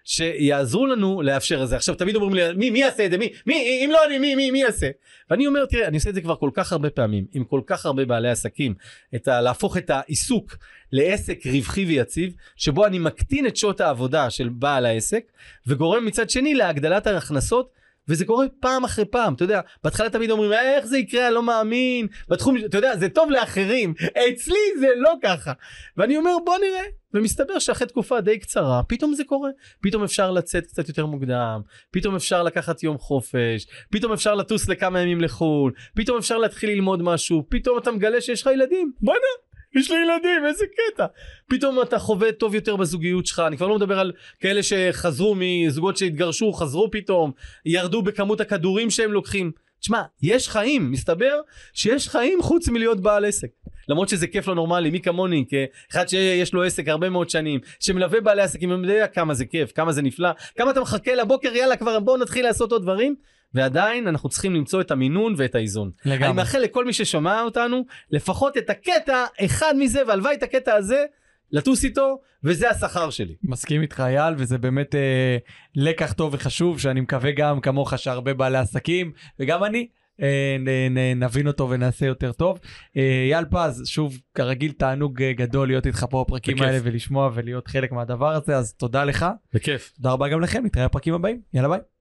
שיעזרו לנו לאפשר את זה. עכשיו תמיד אומרים לי, מי, מי יעשה את זה? מי, מי, אם לא אני, מי, מי, מי יעשה? ואני אומר, תראה, אני עושה את זה כבר כל כך הרבה פעמים, עם כל כך הרבה בעלי עסקים, את ה, להפוך את העיסוק לעסק רווחי ויציב, שבו אני מקטין את שעות העבודה של בעל העסק, וגורם מצד שני להגדלת ההכנסות, וזה קורה פעם אחרי פעם, אתה יודע, בהתחלה תמיד אומרים, איך זה יקרה, אני לא מאמין, בתחום, אתה יודע, זה טוב לאחרים, אצלי זה לא ככה. ואני אומר, בוא נראה, ומסתבר שאחרי תקופה די קצרה, פתאום זה קורה, פתאום אפשר לצאת קצת יותר מוקדם, פתאום אפשר לקחת יום חופש, פתאום אפשר לטוס לכמה ימים לחול, פתאום אפשר להתחיל ללמוד משהו, פתאום אתה מגלה שיש לך ילדים, בוא נראה. יש לי ילדים, איזה קטע. פתאום אתה חווה טוב יותר בזוגיות שלך. אני כבר לא מדבר על כאלה שחזרו מזוגות שהתגרשו, חזרו פתאום, ירדו בכמות הכדורים שהם לוקחים. תשמע, יש חיים, מסתבר שיש חיים חוץ מלהיות בעל עסק. למרות שזה כיף לא נורמלי, מי כמוני, כאחד שיש לו עסק הרבה מאוד שנים, שמלווה בעלי עסקים, אני יודע כמה זה כיף, כמה זה נפלא, כמה אתה מחכה לבוקר, יאללה כבר בואו נתחיל לעשות עוד דברים. ועדיין אנחנו צריכים למצוא את המינון ואת האיזון. לגמרי. אני מאחל לכל מי ששומע אותנו, לפחות את הקטע אחד מזה, והלוואי את הקטע הזה, לטוס איתו, וזה השכר שלי. מסכים איתך אייל, וזה באמת אה, לקח טוב וחשוב, שאני מקווה גם כמוך שהרבה בעלי עסקים, וגם אני, אה, נ, נ, נבין אותו ונעשה יותר טוב. אה, אייל פז, שוב, כרגיל תענוג גדול להיות איתך פה בפרקים בכיף. האלה, ולשמוע ולהיות חלק מהדבר הזה, אז תודה לך. בכיף. תודה רבה גם לכם, נתראה בפרקים הבאים. יאללה ביי.